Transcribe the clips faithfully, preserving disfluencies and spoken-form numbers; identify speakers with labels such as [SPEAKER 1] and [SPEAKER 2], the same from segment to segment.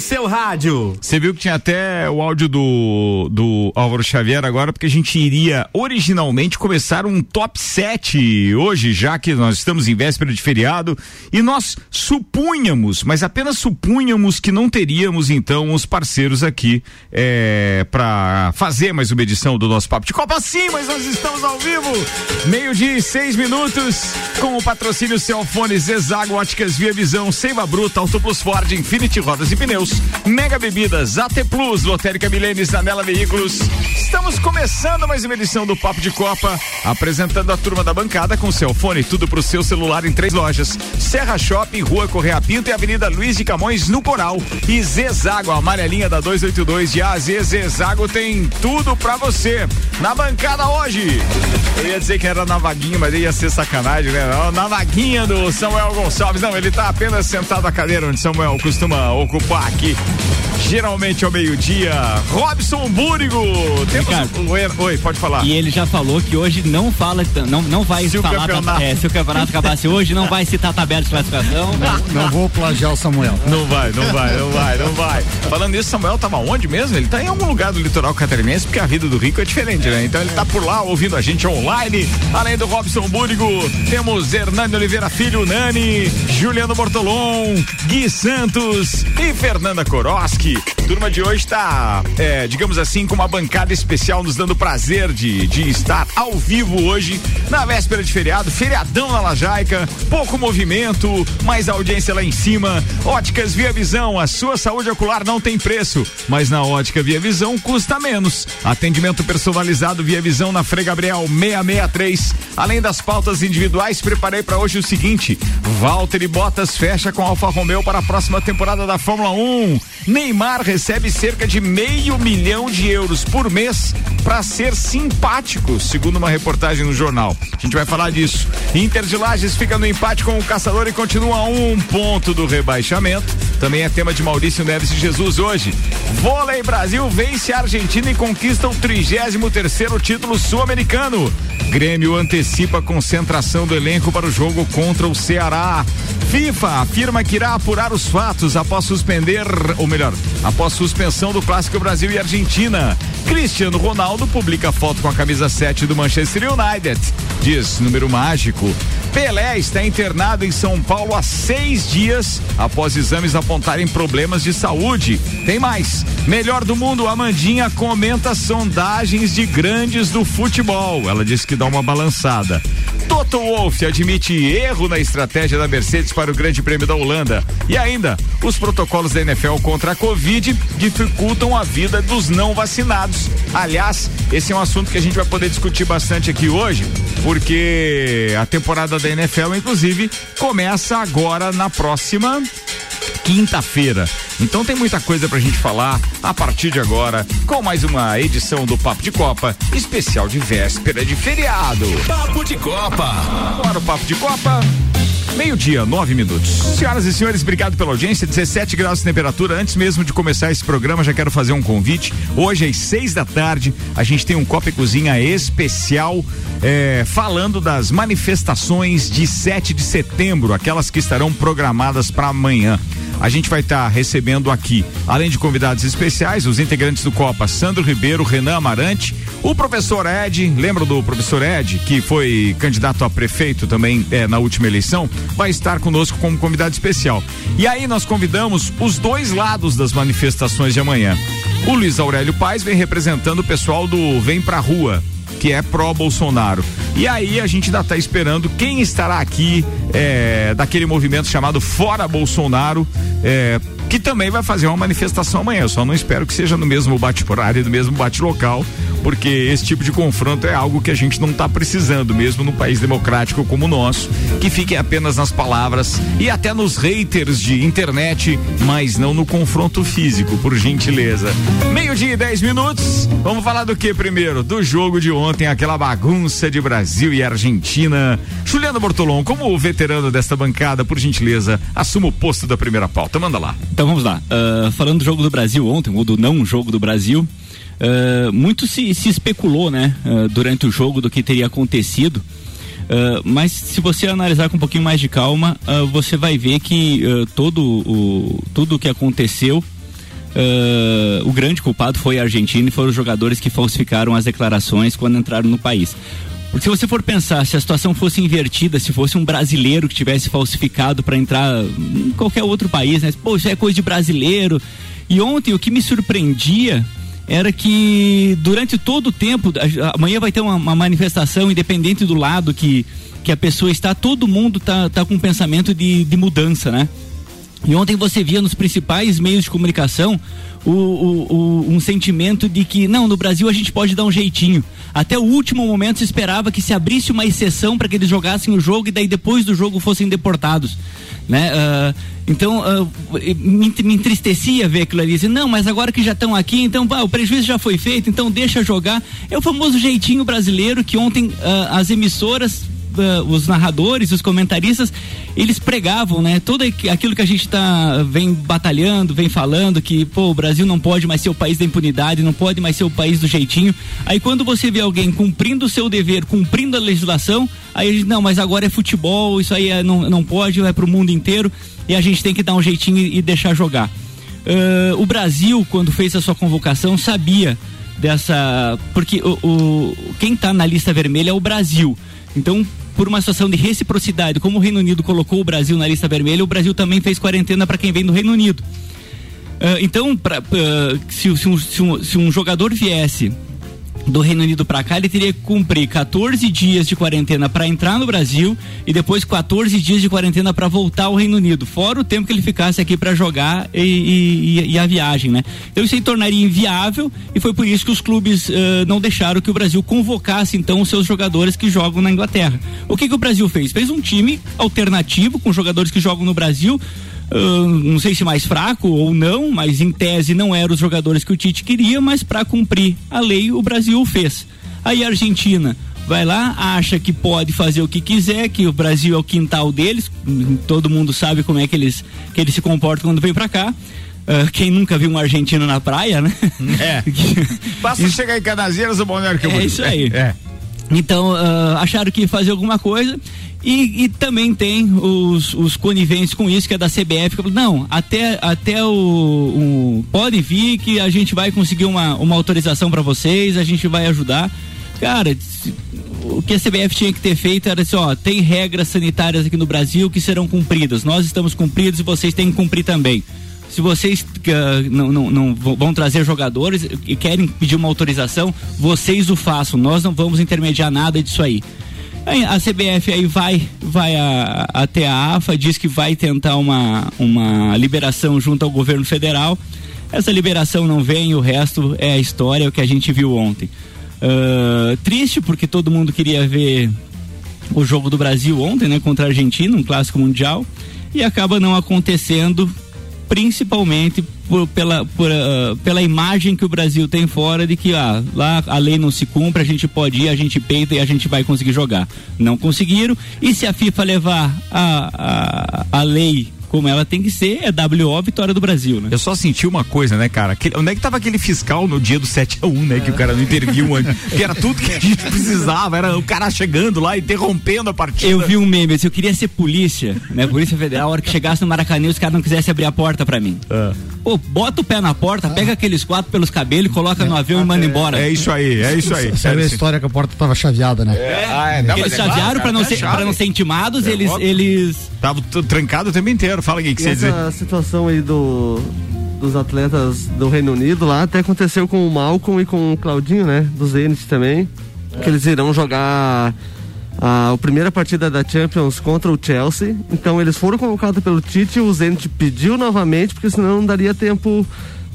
[SPEAKER 1] seu rádio.
[SPEAKER 2] Você viu que tinha até o áudio do, do Álvaro Xavier agora, porque a gente iria originalmente começar um top sete hoje, já que nós estamos em véspera de feriado, e nós supunhamos, mas apenas supunhamos que não teríamos então os parceiros aqui é, para fazer mais uma edição do nosso Papo de Copa. Sim, mas nós estamos ao vivo, meio-dia e seis minutos, com o patrocínio Celfone, Zezago, Óticas Via Visão, Seiva Bruta, Auto Plus Ford, Infinity Rodas e Pneus, Mega Bebidas, A T Plus, Lotérica Milênios, Zanela Veículos. Estamos começando mais uma edição do Papo de Copa, apresentando a turma da bancada com Celfone, tudo pro seu celular em três lojas: Serra Shopping, Rua Correia Pinto e Avenida Luiz de Camões, no Coral. E Zezago, a amarelinha da duzentos e oitenta e dois de A a Z. Zezago tem tudo pra você. Na bancada hoje, eu ia dizer que era na vaguinha, mas ia ser sacanagem, né? Na vaguinha do Samuel Gonçalves. Não, ele tá apenas sentado na cadeira onde Samuel costuma ocupar aqui, geralmente ao meio-dia. Robson Búrigo. Temos um... Oi, oi, pode falar.
[SPEAKER 3] E ele já falou que hoje não fala, não, não vai
[SPEAKER 2] se
[SPEAKER 3] falar,
[SPEAKER 2] o campeonato...
[SPEAKER 3] é, se o campeonato acabasse hoje, não vai citar a tabela de classificação.
[SPEAKER 4] Não, não vou plagiar o Samuel.
[SPEAKER 2] Não vai, não vai, não vai, não vai. Falando nisso, Samuel tava onde mesmo? Ele tá em algum lugar do litoral catarinense, porque a vida do rico é diferente, né? Então ele tá por lá ouvindo a gente online. Além do Robson Búrigo, temos Hernani Oliveira Filho, Nani, Juliano Bortolom, Gui Santos e Fernanda Koroski. Turma de hoje tá, é, digamos assim, com uma bancada especial, nos dando prazer de, de estar ao vivo hoje, na véspera de feriado, feriadão na Lajaica, pouco movimento, mais audiência lá em cima. Óticas Via Visão, a sua saúde ocular não tem preço, mas na Ótica Via Visão custa menos. Atendimento personalizado Via Visão na Frei Gabriel seiscentos e sessenta e três. Além das pautas individuais, preparei para hoje o seguinte: Valtteri Bottas fecha com Alfa Romeo para a próxima temporada da Fórmula um. Neymar recebe cerca de meio milhão de euros por mês para ser simpático, segundo uma reportagem no jornal. A gente vai falar disso. Inter de Lages fica no empate com o Caçador e continua a um ponto do rebaixamento. Também é tema de Maurício Neves e Jesus hoje. Vôlei Brasil vence a Argentina e conquista o trigésimo terceiro título sul-americano. Grêmio antecipa a concentração do elenco para o jogo contra o Ceará. FIFA afirma que irá apurar os fatos após suspender, ou melhor, após suspensão do Clássico Brasil e Argentina. Cristiano Ronaldo publica foto com a camisa sete do Manchester United. Diz número mágico. Pelé está internado em São Paulo há seis dias após exames apontarem problemas de saúde. Tem mais. Melhor do mundo, Amandinha comenta sondagens de grandes do futebol. Ela diz que dá uma balançada. Toto Wolff admite erro na estratégia da Mercedes para o Grande Prêmio da Holanda. E ainda, os protocolos da N F L contra a Covid dificultam a vida dos não vacinados. Aliás, esse é um assunto que a gente vai poder discutir bastante aqui hoje, porque a temporada da N F L, inclusive, começa agora na próxima quinta-feira. Então tem muita coisa pra gente falar a partir de agora, com mais uma edição do Papo de Copa, especial de véspera de feriado.
[SPEAKER 1] Papo de Copa.
[SPEAKER 2] Agora o Papo de Copa. Meio-dia, nove minutos. Senhoras e senhores, obrigado pela audiência. dezessete graus de temperatura. Antes mesmo de começar esse programa, já quero fazer um convite. Hoje, às seis da tarde, a gente tem um Copa e Cozinha especial é, falando das manifestações de sete de setembro, aquelas que estarão programadas para amanhã. A gente vai estar tá recebendo aqui, além de convidados especiais, os integrantes do Copa, Sandro Ribeiro, Renan Amarante, o professor Ed, lembra do professor Ed, que foi candidato a prefeito também é, na última eleição, vai estar conosco como convidado especial. E aí nós convidamos os dois lados das manifestações de amanhã. O Luiz Aurélio Paes vem representando o pessoal do Vem Pra Rua, que é pró-Bolsonaro. E aí a gente ainda está esperando quem estará aqui é, daquele movimento chamado Fora Bolsonaro, é, que também vai fazer uma manifestação amanhã. Eu só não espero que seja no mesmo bate-horário e no mesmo bate-local, porque esse tipo de confronto é algo que a gente não está precisando, mesmo num país democrático como o nosso, que fiquem apenas nas palavras e até nos haters de internet, mas não no confronto físico, por gentileza. Meio-dia e dez minutos, vamos falar do que primeiro? Do jogo de ontem, aquela bagunça de Brasil e Argentina. Juliano Bortolom, como veterano desta bancada, por gentileza, assuma o posto da primeira pauta, manda lá.
[SPEAKER 3] Então vamos lá, uh, falando do jogo do Brasil ontem, ou do não jogo do Brasil, Uh, muito se, se especulou, né, uh, durante o jogo do que teria acontecido, uh, mas se você analisar com um pouquinho mais de calma, uh, você vai ver que uh, todo o, tudo o que aconteceu uh, o grande culpado foi a Argentina e foram os jogadores que falsificaram as declarações quando entraram no país. Porque se você for pensar, se a situação fosse invertida, se fosse um brasileiro que tivesse falsificado para entrar em qualquer outro país, né? Pô, isso é coisa de brasileiro. E ontem o que me surpreendia era que durante todo o tempo, amanhã vai ter uma, uma manifestação, independente do lado que, que a pessoa está, todo mundo tá, tá com um pensamento de, de mudança, né? E ontem você via nos principais meios de comunicação o, o, o, um sentimento de que, não, no Brasil a gente pode dar um jeitinho. Até o último momento se esperava que se abrisse uma exceção para que eles jogassem o jogo e daí depois do jogo fossem deportados, né? Uh, então uh, me, me entristecia ver aquilo ali, assim, não, mas agora que já estão aqui, então bah, o prejuízo já foi feito, então deixa jogar. É o famoso jeitinho brasileiro que ontem uh, as emissoras, Uh, os narradores, os comentaristas, eles pregavam, né? Tudo aquilo que a gente tá, vem batalhando, vem falando, que, pô, o Brasil não pode mais ser o país da impunidade, não pode mais ser o país do jeitinho. Aí quando você vê alguém cumprindo o seu dever, cumprindo a legislação, aí a gente, não, mas agora é futebol, isso aí é, não, não pode, vai pro mundo inteiro, e a gente tem que dar um jeitinho e, e deixar jogar. Uh, o Brasil, quando fez a sua convocação, sabia dessa, porque o, o, quem tá na lista vermelha é o Brasil. Então, por uma situação de reciprocidade, como o Reino Unido colocou o Brasil na lista vermelha, o Brasil também fez quarentena para quem vem do Reino Unido. Uh, então, pra, uh, se, se, um, se, um, se um jogador viesse do Reino Unido para cá, ele teria que cumprir quatorze dias de quarentena para entrar no Brasil e depois quatorze dias de quarentena para voltar ao Reino Unido, fora o tempo que ele ficasse aqui para jogar e, e, e a viagem, né? Então isso aí tornaria inviável e foi por isso que os clubes uh, não deixaram que o Brasil convocasse então os seus jogadores que jogam na Inglaterra. O que que o Brasil fez? Fez um time alternativo com jogadores que jogam no Brasil. Uh, não sei se mais fraco ou não, mas em tese não eram os jogadores que o Tite queria, mas para cumprir a lei o Brasil o fez. Aí a Argentina vai lá, acha que pode fazer o que quiser, que o Brasil é o quintal deles, todo mundo sabe como é que eles, que eles se comportam quando vem para cá. Uh, quem nunca viu um argentino na praia, né?
[SPEAKER 2] É. Basta chegar em Canaseiras, o Balneário Camboriú.
[SPEAKER 3] É isso aí.
[SPEAKER 2] É.
[SPEAKER 3] Então, uh, acharam que ia fazer alguma coisa e, e também tem os, os coniventes com isso, que é da C B F, que falou, não, até, até o, o pode vir que a gente vai conseguir uma, uma autorização para vocês, a gente vai ajudar. Cara, o que a C B F tinha que ter feito era assim, ó, tem regras sanitárias aqui no Brasil que serão cumpridas, nós estamos cumpridos e vocês têm que cumprir também. Se vocês uh, não, não, não vão trazer jogadores e querem pedir uma autorização, vocês o façam, nós não vamos intermediar nada disso aí. Aí a C B F aí vai, vai a, até a AFA, diz que vai tentar uma, uma liberação junto ao governo federal. Essa liberação não vem, o resto é a história, o que a gente viu ontem. Uh, triste porque todo mundo queria ver o jogo do Brasil ontem, né, contra a Argentina, um clássico mundial, e acaba não acontecendo, principalmente por, pela, por, uh, pela imagem que o Brasil tem fora de que ah, lá a lei não se cumpre, a gente pode ir, a gente peita e a gente vai conseguir jogar. Não conseguiram, e se a FIFA levar a, a, a lei como ela tem que ser, é W O, vitória do Brasil, né?
[SPEAKER 2] Eu só senti uma coisa, né, cara? Aquele, onde é que tava aquele fiscal no dia do sete a um, né? É. Que o cara não interviu antes. Que era tudo que a gente precisava, era o cara chegando lá, interrompendo a partida.
[SPEAKER 3] Eu vi um meme, assim, eu queria ser polícia, né? Polícia Federal, a hora que chegasse no Maracanã, os caras não quisessem abrir a porta pra mim. É. Pô, bota o pé na porta, pega aqueles quatro pelos cabelos, coloca é. no avião e manda embora.
[SPEAKER 2] É isso aí, é isso aí.
[SPEAKER 4] Sabe a história que a porta tava chaveada, né?
[SPEAKER 2] É, ah, é. Não,
[SPEAKER 3] eles chavearam é pra, não ser, pra não ser intimados, é, eles, eles...
[SPEAKER 2] Tava trancado o tempo inteiro, fala aí o que você dizer.
[SPEAKER 5] A situação aí do, dos atletas do Reino Unido lá até aconteceu com o Malcolm e com o Claudinho, né? Do Zenit também, é. que eles irão jogar a, a primeira partida da Champions contra o Chelsea. Então eles foram convocados pelo Tite, o Zenit pediu novamente, porque senão não daria tempo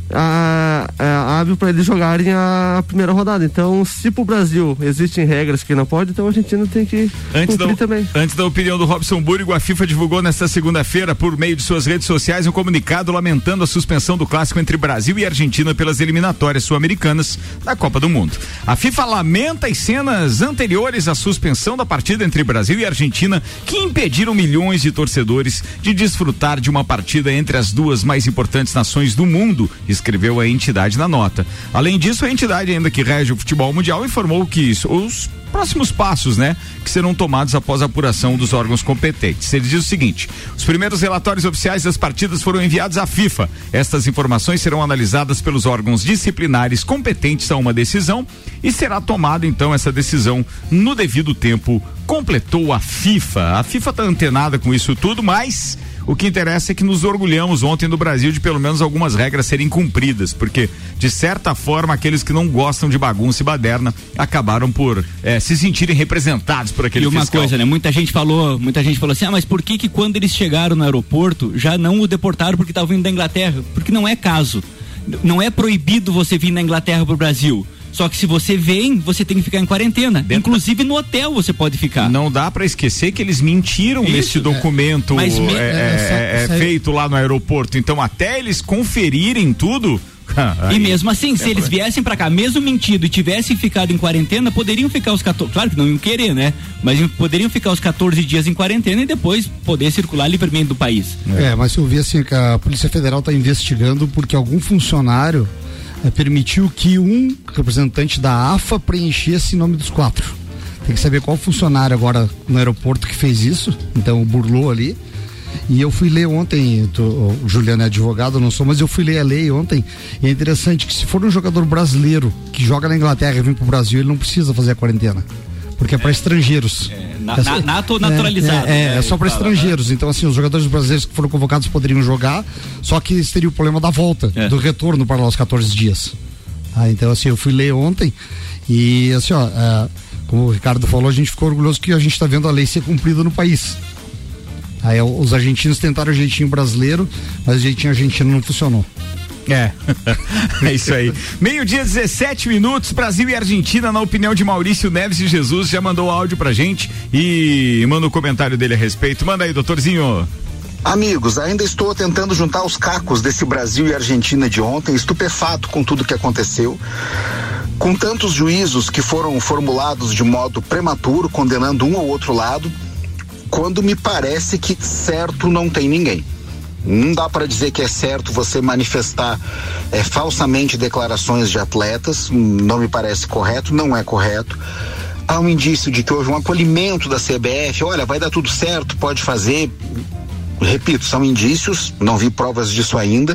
[SPEAKER 5] a, a, hábil para eles jogarem a primeira rodada. Então, se pro Brasil existem regras que não pode, então a Argentina tem que
[SPEAKER 2] antes
[SPEAKER 5] cumprir
[SPEAKER 2] da,
[SPEAKER 5] também.
[SPEAKER 2] Antes da opinião do Robson Búrigo, a FIFA divulgou nesta segunda-feira, por meio de suas redes sociais, um comunicado lamentando a suspensão do clássico entre Brasil e Argentina pelas eliminatórias sul-americanas da Copa do Mundo. A FIFA lamenta as cenas anteriores à suspensão da partida entre Brasil e Argentina, que impediram milhões de torcedores de desfrutar de uma partida entre as duas mais importantes nações do mundo, descreveu a entidade na nota. Além disso, a entidade ainda que rege o futebol mundial informou que isso, os próximos passos, né, que serão tomados após a apuração dos órgãos competentes. Ele diz o seguinte: os primeiros relatórios oficiais das partidas foram enviados à FIFA. Estas informações serão analisadas pelos órgãos disciplinares competentes a uma decisão e será tomada então essa decisão no devido tempo, completou a FIFA. A FIFA está antenada com isso tudo, mas o que interessa é que nos orgulhamos ontem do Brasil de pelo menos algumas regras serem cumpridas, porque de certa forma aqueles que não gostam de bagunça e baderna acabaram por é, se sentirem representados por aquele fiscal.
[SPEAKER 3] E uma coisa, né? Muita gente falou, muita gente falou assim, ah, mas por que que quando eles chegaram no aeroporto já não o deportaram porque estava vindo da Inglaterra? Porque não é caso. Não é proibido você vir da Inglaterra pro Brasil. Só que se você vem, você tem que ficar em quarentena. Dentro Inclusive no hotel você pode ficar.
[SPEAKER 2] Não dá pra esquecer que eles mentiram Isso, nesse documento é, mas me... é, é, é, é feito lá no aeroporto. Então até eles conferirem tudo...
[SPEAKER 3] Aí, e mesmo assim, se é eles viessem pra cá, mesmo mentido e tivessem ficado em quarentena, poderiam ficar os quatorze, claro que não iam querer, né? Mas poderiam ficar os quatorze dias em quarentena e depois poder circular livremente do país.
[SPEAKER 4] É, é mas eu vi assim que a Polícia Federal tá investigando porque algum funcionário é, permitiu que um representante da A F A preenchesse em nome dos quatro. Tem que saber qual funcionário agora no aeroporto que fez isso, então burlou ali. E eu fui ler ontem, tô, o Juliano é advogado, eu não sou, mas eu fui ler a lei ontem, e é interessante que se for um jogador brasileiro que joga na Inglaterra e vem pro Brasil, ele não precisa fazer a quarentena, porque é para estrangeiros.
[SPEAKER 3] É, na, na, nato naturalizado.
[SPEAKER 4] É, é,
[SPEAKER 3] né?
[SPEAKER 4] é só para estrangeiros, então assim, os jogadores brasileiros que foram convocados poderiam jogar, só que teria o problema da volta, é. do retorno para lá os quatorze dias. Ah, então assim, eu fui ler ontem, e assim, ó, é, como o Ricardo falou, a gente ficou orgulhoso que a gente está vendo a lei ser cumprida no país. Aí os argentinos tentaram o jeitinho brasileiro, mas o jeitinho argentino não funcionou.
[SPEAKER 2] É, é isso aí. Meio-dia, dezessete minutos, Brasil e Argentina, na opinião de Maurício Neves de Jesus, já mandou áudio pra gente e manda o comentário dele a respeito. Manda aí, doutorzinho.
[SPEAKER 6] Amigos, ainda estou tentando juntar os cacos desse Brasil e Argentina de ontem, estupefato com tudo que aconteceu. Com tantos juízos que foram formulados de modo prematuro, condenando um ou outro lado, quando me parece que certo não tem ninguém. Não dá para dizer que é certo você manifestar é, falsamente declarações de atletas, não me parece correto, não é correto. Há um indício de que houve um acolhimento da C B F, olha, vai dar tudo certo, pode fazer. Repito, são indícios, não vi provas disso ainda.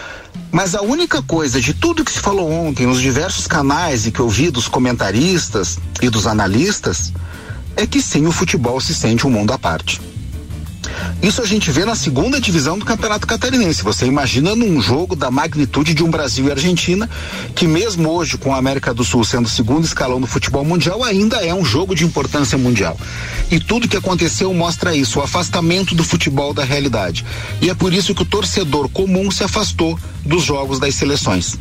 [SPEAKER 6] Mas a única coisa de tudo que se falou ontem nos diversos canais e que eu vi dos comentaristas e dos analistas é que sim, o futebol se sente um mundo à parte. Isso a gente vê na segunda divisão do Campeonato Catarinense. Você imagina num jogo da magnitude de um Brasil e Argentina, que mesmo hoje com a América do Sul sendo o segundo escalão do futebol mundial, ainda é um jogo de importância mundial. E tudo que aconteceu mostra isso, o afastamento do futebol da realidade. E é por isso que o torcedor comum se afastou dos jogos das seleções.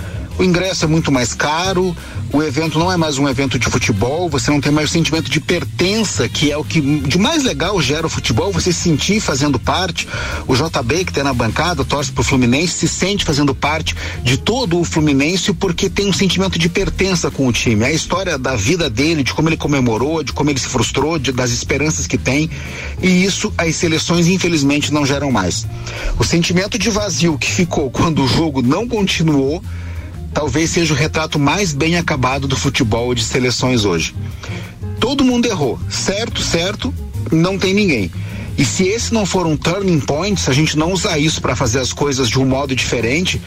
[SPEAKER 6] O ingresso é muito mais caro, o evento não é mais um evento de futebol, você não tem mais o sentimento de pertença, que é o que de mais legal gera o futebol, você se sentir fazendo parte. O J B, que tem na bancada, torce pro Fluminense, se sente fazendo parte de todo o Fluminense porque tem um sentimento de pertença com o time. É a história da vida dele, de como ele comemorou, de como ele se frustrou, de, das esperanças que tem, e isso as seleções infelizmente não geram mais. O sentimento de vazio que ficou quando o jogo não continuou talvez seja o retrato mais bem acabado do futebol de seleções hoje. Todo mundo errou, certo, certo, não tem ninguém. E se esse não for um turning point, se a gente não usar isso para fazer as coisas de um modo diferente,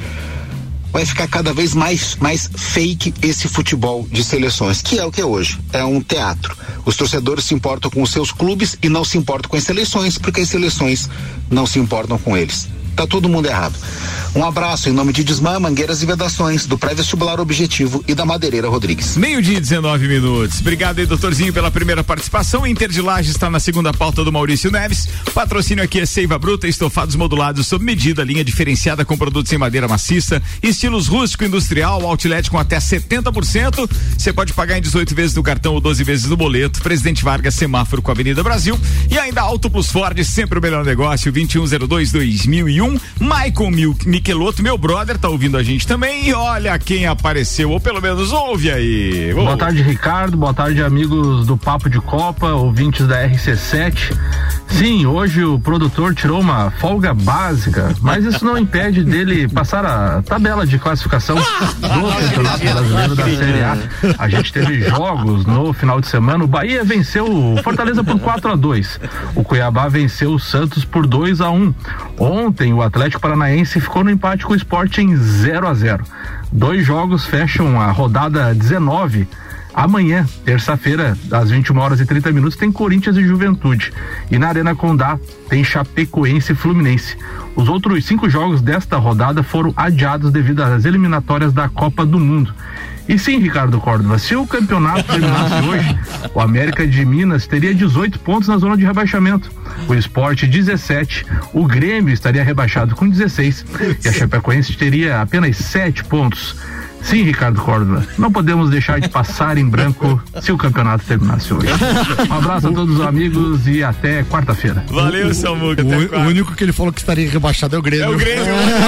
[SPEAKER 6] vai ficar cada vez mais, mais fake esse futebol de seleções, que é o que é hoje, é um teatro. Os torcedores se importam com os seus clubes e não se importam com as seleções, porque as seleções não se importam com eles. Tá todo mundo errado. Um abraço em nome de Desmã, Mangueiras e Vedações, do Pré-Vestibular Objetivo e da Madeireira Rodrigues.
[SPEAKER 2] Meio-dia, dezenove minutos. Obrigado aí, doutorzinho, pela primeira participação. Inter de Lages está na segunda pauta do Maurício Neves. Patrocínio aqui é Seiva Bruta, estofados modulados sob medida, linha diferenciada com produtos em madeira maciça, estilos rústico industrial, outlet com até setenta por cento. Você pode pagar em dezoito vezes no cartão ou doze vezes no boleto. Presidente Vargas, semáforo com a Avenida Brasil. E ainda Auto Plus Ford, sempre o melhor negócio, vinte e um zero dois dois mil e um. um. Michael Mil- Michelotto, meu brother, tá ouvindo a gente também. E olha quem apareceu, ou pelo menos ouve aí. Oh.
[SPEAKER 7] Boa tarde, Ricardo. Boa tarde, amigos do Papo de Copa, ouvintes da R C sete. Sim, hoje o produtor tirou uma folga básica, mas isso não impede dele passar a tabela de classificação do Campeonato Brasileiro da Série A. A gente teve jogos no final de semana. O Bahia venceu o Fortaleza por quatro a dois. O Cuiabá venceu o Santos por dois a um. Ontem o Atlético Paranaense ficou no empate com o Sport em zero a zero. Dois jogos fecham a rodada dezenove. Amanhã, terça-feira, às vinte e uma horas e trinta minutos, tem Corinthians e Juventude. E na Arena Condá tem Chapecoense e Fluminense. Os outros cinco jogos desta rodada foram adiados devido às eliminatórias da Copa do Mundo. E sim, Ricardo Córdova, se o campeonato terminasse hoje, o América de Minas teria dezoito pontos na zona de rebaixamento, o Sport dezessete, o Grêmio estaria rebaixado com dezesseis e a Chapecoense teria apenas sete pontos. Sim, Ricardo Córdova, não podemos deixar de passar em branco se o campeonato terminasse hoje. Um abraço a todos os amigos e até quarta-feira.
[SPEAKER 2] Valeu, Samuca.
[SPEAKER 4] O, o único que ele falou que estaria rebaixado é o Grêmio.
[SPEAKER 2] É o Grêmio.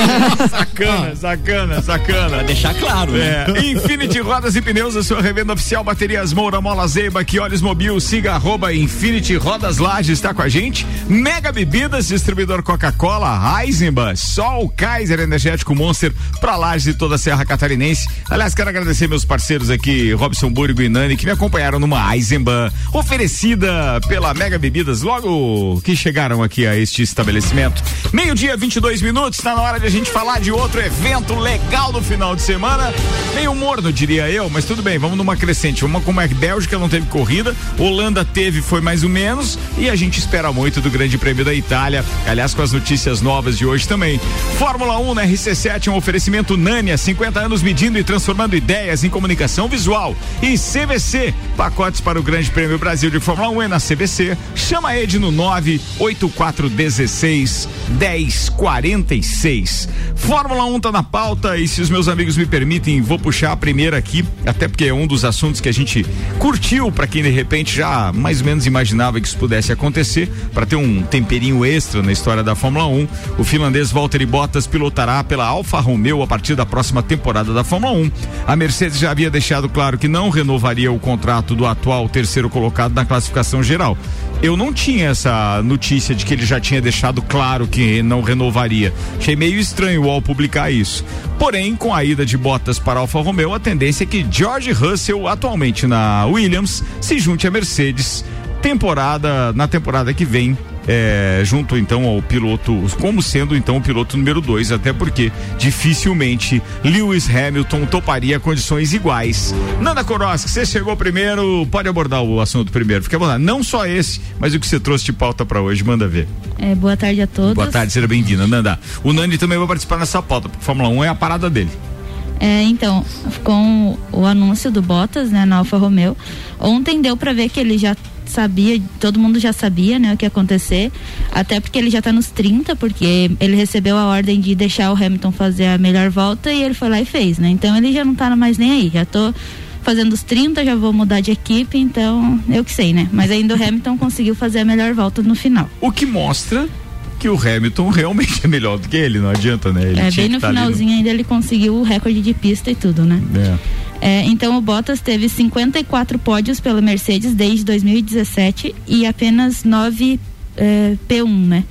[SPEAKER 2] Sacana, sacana, sacana.
[SPEAKER 3] Pra deixar claro, né?
[SPEAKER 2] É. Infinity Rodas e Pneus, a sua revenda oficial, baterias Moura, Mola Zeiba, que olhos mobil, siga arroba Infinity Rodas Lages, está com a gente. Mega Bebidas, distribuidor Coca-Cola, Eisenbahn, Sol, Kaiser Energético Monster, pra Lages e toda a Serra Catarinense. Aliás, quero agradecer meus parceiros aqui, Robson Burgo e Nani, que me acompanharam numa Eisenbahn, oferecida pela Mega Bebidas, logo que chegaram aqui a este estabelecimento. Meio-dia, vinte e dois minutos, tá na hora de a gente falar de outro evento legal do final de semana, meio morno, diria eu, mas tudo bem, vamos numa crescente. Uma como a Bélgica não teve corrida, Holanda teve, foi mais ou menos, e a gente espera muito do Grande Prêmio da Itália, aliás, com as notícias novas de hoje também. Fórmula um na R C sete, um oferecimento Nani, há cinquenta anos medindo e transformando ideias em comunicação visual. E C V C, pacotes para o Grande Prêmio Brasil de Fórmula um é na C V C. Chama a Ed no nove oito quatro um seis um zero quatro seis. Fórmula um tá na pauta e, se os meus amigos me permitem, vou puxar a primeira aqui, até porque é um dos assuntos que a gente curtiu, para quem de repente já mais ou menos imaginava que isso pudesse acontecer, para ter um temperinho extra na história da Fórmula um. O finlandês Valtteri Bottas pilotará pela Alfa Romeo a partir da próxima temporada da Fórmula um. A Mercedes já havia deixado claro que não renovaria o contrato do atual terceiro colocado na classificação geral. Eu não tinha essa notícia de que ele já tinha deixado claro que não renovaria. Achei meio estranho ao publicar isso. Porém, com a ida de Bottas para a Alfa Romeo, a tendência é que George Russell, atualmente na Williams, se junte à Mercedes temporada, na temporada que vem. É, junto então ao piloto, como sendo então o piloto número dois, até porque dificilmente Lewis Hamilton toparia condições iguais. Nanda Koroski, você chegou primeiro, pode abordar o assunto primeiro, fica bom, não só esse, mas o que você trouxe de pauta pra hoje, manda ver.
[SPEAKER 8] É, boa tarde a todos.
[SPEAKER 2] Boa tarde, seja bem-vinda, Nanda. O Nandi também vai participar nessa pauta, porque Fórmula um é a parada dele.
[SPEAKER 8] É, então, com o anúncio do Bottas, né, na Alfa Romeo, ontem deu pra ver que ele já sabia, todo mundo já sabia, né, o que ia acontecer, até porque ele já tá nos trinta, porque ele recebeu a ordem de deixar o Hamilton fazer a melhor volta e ele foi lá e fez, né, então ele já não tá mais nem aí, já tô fazendo os trinta, já vou mudar de equipe, então eu que sei, né, mas ainda o Hamilton conseguiu fazer a melhor volta no final.
[SPEAKER 2] O que mostra que o Hamilton realmente é melhor do que ele, não adianta, né? Ele
[SPEAKER 8] é, bem no finalzinho no... ainda ele conseguiu o recorde de pista e tudo, né?
[SPEAKER 2] É.
[SPEAKER 8] É, então o Bottas teve cinquenta e quatro pódios pela Mercedes desde dois mil e dezessete e apenas nove é, P um, né?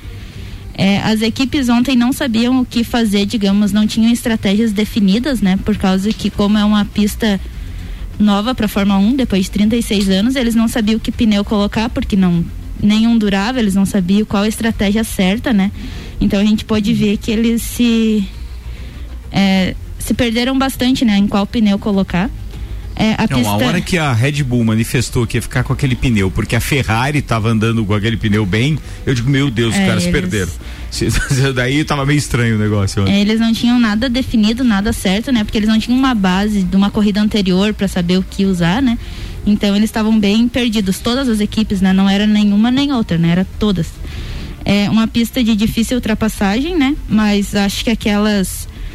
[SPEAKER 8] É, as equipes ontem não sabiam o que fazer, digamos, não tinham estratégias definidas, né? Por causa que, como é uma pista nova para Fórmula um, depois de trinta e seis anos, eles não sabiam que pneu colocar, porque não nenhum durava, eles não sabiam qual a estratégia certa, né? Então a gente pode ver que eles se é, se perderam bastante, né? Em qual pneu colocar. É, a
[SPEAKER 2] não,
[SPEAKER 8] pista...
[SPEAKER 2] a hora que a Red Bull manifestou que ia ficar com aquele pneu, porque a Ferrari tava andando com aquele pneu bem, eu digo, meu Deus, é, os caras eles... perderam. Daí tava meio estranho o negócio.
[SPEAKER 8] É, eles não tinham nada definido, nada certo, né? Porque eles não tinham uma base de uma corrida anterior para saber o que usar, né? Então eles estavam bem perdidos, todas as equipes, né? Não era nenhuma nem outra, né? Era todas. É uma pista de difícil ultrapassagem, né? Mas acho que aquelas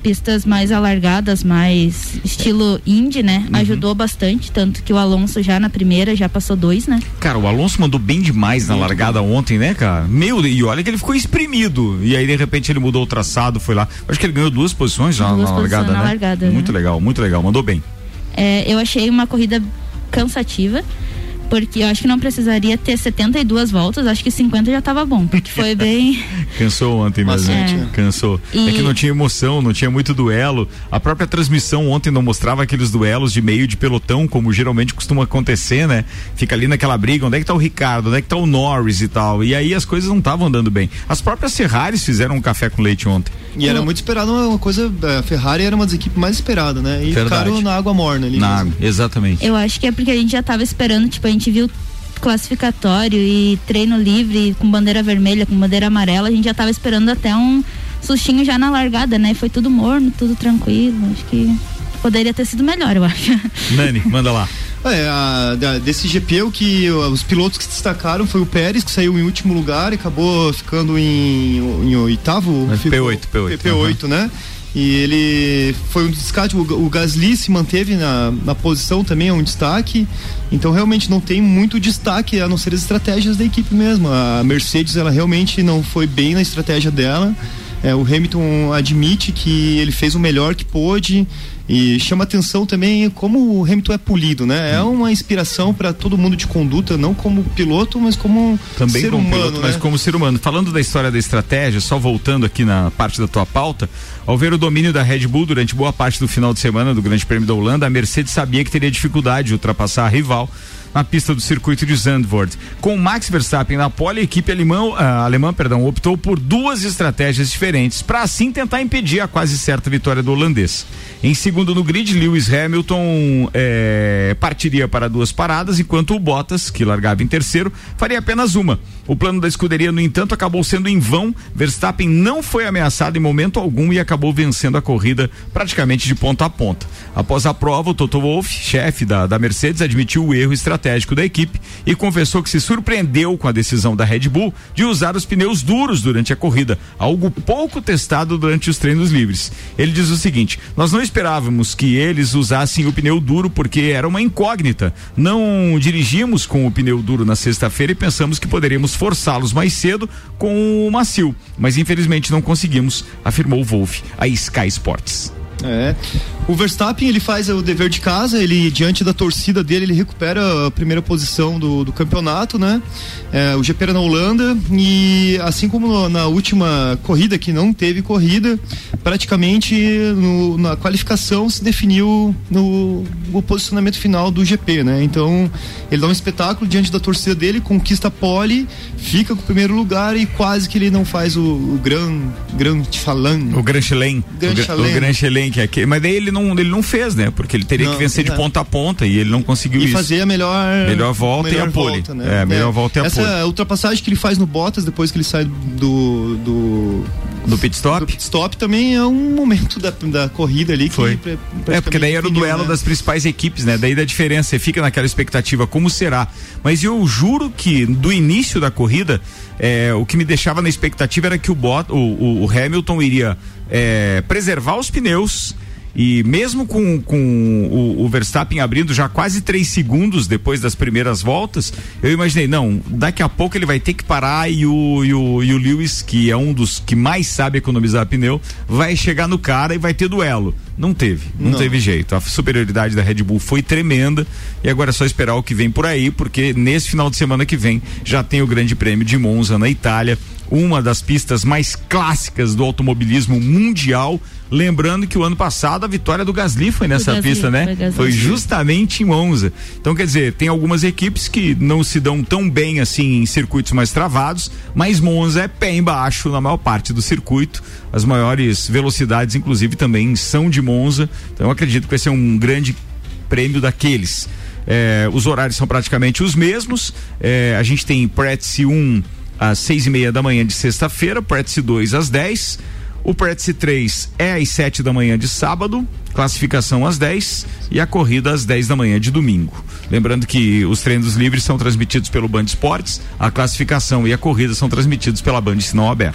[SPEAKER 8] pistas mais alargadas, mais estilo Indy, né? Uhum. Ajudou bastante, tanto que o Alonso já na primeira já passou dois, né?
[SPEAKER 2] Cara, o Alonso mandou bem demais na largada ontem, né, cara? Meu, e olha que ele ficou espremido, e aí de repente ele mudou o traçado, foi lá. Acho que ele ganhou duas posições já
[SPEAKER 8] duas
[SPEAKER 2] na
[SPEAKER 8] posições
[SPEAKER 2] largada,
[SPEAKER 8] na
[SPEAKER 2] né?
[SPEAKER 8] largada,
[SPEAKER 2] muito
[SPEAKER 8] né?
[SPEAKER 2] legal, muito legal, mandou bem.
[SPEAKER 8] É, eu achei uma corrida cansativa, porque eu acho que não precisaria ter setenta e duas voltas, acho que cinquenta já tava bom, porque foi bem...
[SPEAKER 2] Cansou ontem mesmo, é. Cansou. E... É que não tinha emoção, não tinha muito duelo, a própria transmissão ontem não mostrava aqueles duelos de meio de pelotão, como geralmente costuma acontecer, né? Fica ali naquela briga, onde é que tá o Ricardo, onde é que tá o Norris e tal, e aí as coisas não estavam andando bem. As próprias Ferraris fizeram um café com leite ontem.
[SPEAKER 9] E era muito esperado, uma coisa, a Ferrari era uma das equipes mais esperadas, né? E
[SPEAKER 2] Verdade.
[SPEAKER 9] Ficaram na água morna ali.
[SPEAKER 2] Na água, exatamente.
[SPEAKER 8] Eu acho que é porque a gente já tava esperando, tipo, a gente viu classificatório e treino livre com bandeira vermelha, com bandeira amarela, a gente já tava esperando até um sustinho já na largada, né? Foi tudo morno, tudo tranquilo, acho que poderia ter sido melhor, eu acho.
[SPEAKER 2] Nani, manda lá.
[SPEAKER 9] É, a, da, desse G P, o que os pilotos que se destacaram foi o Pérez, que saiu em último lugar e acabou ficando em, em oitavo.
[SPEAKER 2] P oito, P oito.
[SPEAKER 9] P oito, uhum. Né? E ele foi um destaque, o, o Gasly se manteve na, na posição também, é um destaque. Então realmente não tem muito destaque, a não ser as estratégias da equipe mesmo. A Mercedes, ela realmente não foi bem na estratégia dela. É, o Hamilton admite que ele fez o melhor que pôde. E chama atenção também como o Hamilton é polido, né? É uma inspiração para todo mundo de conduta, não como piloto, mas como
[SPEAKER 2] também
[SPEAKER 9] ser
[SPEAKER 2] como
[SPEAKER 9] humano,
[SPEAKER 2] piloto,
[SPEAKER 9] né?
[SPEAKER 2] mas como ser humano. Falando da história da estratégia, só voltando aqui na parte da tua pauta, ao ver o domínio da Red Bull durante boa parte do final de semana do Grande Prêmio da Holanda, a Mercedes sabia que teria dificuldade de ultrapassar a rival na pista do circuito de Zandvoort. Com Max Verstappen na pole, a equipe alemã, a alemã perdão, optou por duas estratégias diferentes para assim tentar impedir a quase certa vitória do holandês. Em segundo no grid, Lewis Hamilton é, partiria para duas paradas, enquanto o Bottas, que largava em terceiro, faria apenas uma. O plano da escuderia, no entanto, acabou sendo em vão. Verstappen não foi ameaçado em momento algum e acabou vencendo a corrida praticamente de ponta a ponta. Após a prova, o Toto Wolff, chefe da, da Mercedes, admitiu o erro estratégico da equipe e confessou que se surpreendeu com a decisão da Red Bull de usar os pneus duros durante a corrida, algo pouco testado durante os treinos livres. Ele diz o seguinte: nós não esperávamos que eles usassem o pneu duro porque era uma incógnita. Não dirigimos com o pneu duro na sexta-feira e pensamos que poderíamos forçá-los mais cedo com o macio, mas infelizmente não conseguimos, afirmou o Wolff a Sky Sports.
[SPEAKER 9] É, o Verstappen, ele faz o dever de casa, ele, diante da torcida dele, ele recupera a primeira posição do, do campeonato, né? É, o G P era na Holanda e assim como no, na última corrida, que não teve corrida, praticamente no, na qualificação se definiu no, o posicionamento final do G P, né? Então, ele dá um espetáculo diante da torcida dele, conquista a pole, fica com o primeiro lugar e quase que ele não faz o, o Grand, Grand Chelem.
[SPEAKER 2] O Grand Chelem.
[SPEAKER 9] Grand
[SPEAKER 2] o,
[SPEAKER 9] Chelem.
[SPEAKER 2] O Grand Chelem, que é aquele, mas daí ele não, ele não fez, né? Porque ele teria
[SPEAKER 9] não,
[SPEAKER 2] que vencer de
[SPEAKER 9] exato.
[SPEAKER 2] ponta a ponta e ele não conseguiu
[SPEAKER 9] e
[SPEAKER 2] isso.
[SPEAKER 9] E fazer a melhor...
[SPEAKER 2] Melhor volta
[SPEAKER 9] melhor
[SPEAKER 2] e a pole.
[SPEAKER 9] Volta, né?
[SPEAKER 2] É, a melhor é. volta e a
[SPEAKER 9] Essa
[SPEAKER 2] pole.
[SPEAKER 9] Essa ultrapassagem que ele faz no Bottas, depois que ele sai do... Do,
[SPEAKER 2] do pit stop?
[SPEAKER 9] Do pit stop também é um momento da, da corrida ali que...
[SPEAKER 2] Foi. É, porque daí era o duelo, né, das principais equipes, né? Daí da diferença, você fica naquela expectativa, como será? Mas eu juro que do início da corrida, é, o que me deixava na expectativa era que o, Bot, o, o, o Hamilton iria é, preservar os pneus. E mesmo com, com o, o Verstappen abrindo já quase três segundos depois das primeiras voltas, eu imaginei, não, daqui a pouco ele vai ter que parar e o, e o, e o Lewis, que é um dos que mais sabe economizar pneu, vai chegar no cara e vai ter duelo. Não teve, não, não teve jeito. A superioridade da Red Bull foi tremenda e agora é só esperar o que vem por aí, porque nesse final de semana que vem já tem o Grande Prêmio de Monza na Itália, uma das pistas mais clássicas do automobilismo mundial. Lembrando que o ano passado a vitória do Gasly foi nessa Gasly, pista, né? Foi, foi justamente em Monza. Então, quer dizer, tem algumas equipes que não se dão tão bem assim em circuitos mais travados, mas Monza é pé embaixo na maior parte do circuito. As maiores velocidades, inclusive, também são de Monza. Então, eu acredito que vai ser um grande prêmio daqueles. É, os horários são praticamente os mesmos. É, a gente tem Pretice um às seis e meia da manhã de sexta-feira, Pretice dois às dez. O Pretice três é às sete da manhã de sábado, classificação às dez e a corrida às dez da manhã de domingo. Lembrando que os treinos livres são transmitidos pelo Band Esportes, a classificação e a corrida são transmitidos pela Band Sinal Aberto.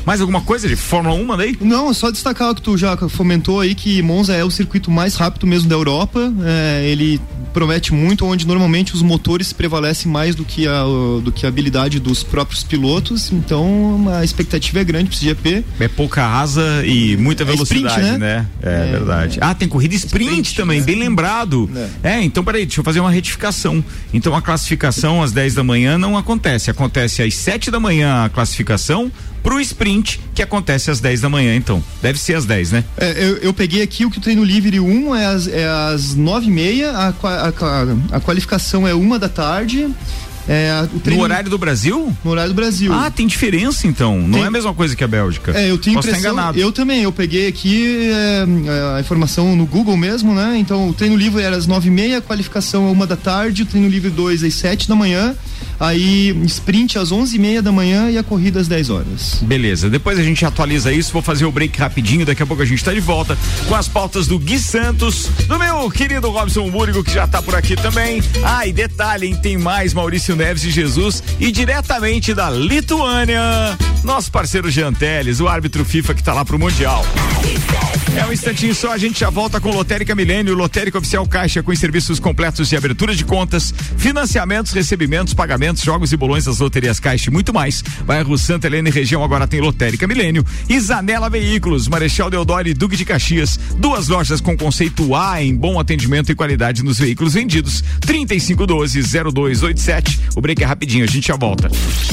[SPEAKER 2] Mais alguma coisa de Fórmula um, mandei?
[SPEAKER 9] Não, só destacar o que tu já fomentou aí, que Monza é o circuito mais rápido mesmo da Europa. É, ele promete muito, onde normalmente os motores prevalecem mais do que a, do que a habilidade dos próprios pilotos. Então a expectativa é grande para esse G P.
[SPEAKER 2] É pouca asa e muita velocidade, é sprint, né? né? É, é verdade. Ah, tem corrida sprint, sprint também, né? Bem lembrado. É. é, então peraí, deixa eu fazer uma retificação. Então a classificação às dez da manhã não acontece, acontece às sete da manhã a classificação pro sprint, que acontece às dez da manhã, então. Deve ser às dez, né?
[SPEAKER 9] É, eu, eu peguei aqui o que o treino livre um é às, é às nove e meia, a, a, a, a qualificação é uma da tarde. É, o treino...
[SPEAKER 2] No horário do Brasil?
[SPEAKER 9] No horário do Brasil.
[SPEAKER 2] Ah, tem diferença então. Não
[SPEAKER 9] tem...
[SPEAKER 2] é a mesma coisa que a Bélgica.
[SPEAKER 9] É, eu tenho
[SPEAKER 2] Posso
[SPEAKER 9] impressão.
[SPEAKER 2] estar enganado.
[SPEAKER 9] Eu também, eu peguei aqui é, a informação no Google mesmo, né? Então o treino livre era às nove e meia, a qualificação é uma da tarde, o treino livre dois às sete da manhã, aí sprint às onze e meia da manhã e a corrida às dez horas.
[SPEAKER 2] Beleza, depois a gente atualiza isso, vou fazer o break rapidinho, daqui a pouco a gente tá de volta com as pautas do Gui Santos, do meu querido Robson Búrigo, que já tá por aqui também. Ah, e detalhe, hein, tem mais Maurício Neves e Jesus. E diretamente da Lituânia, nosso parceiro Jean Teles, o árbitro FIFA que tá lá pro Mundial. É um instantinho só, a gente já volta com Lotérica Milênio, Lotérica Oficial Caixa, com serviços completos de abertura de contas, financiamentos, recebimentos, pagamentos, jogos e bolões das loterias Caixa e muito mais. Bairro Santa Helena e região agora tem Lotérica Milênio e Zanela Veículos, Marechal Deodoro e Duque de Caxias, duas lojas com conceito A em bom atendimento e qualidade nos veículos vendidos. trinta e cinco doze, zero dois oito sete. O break é rapidinho, a gente já volta.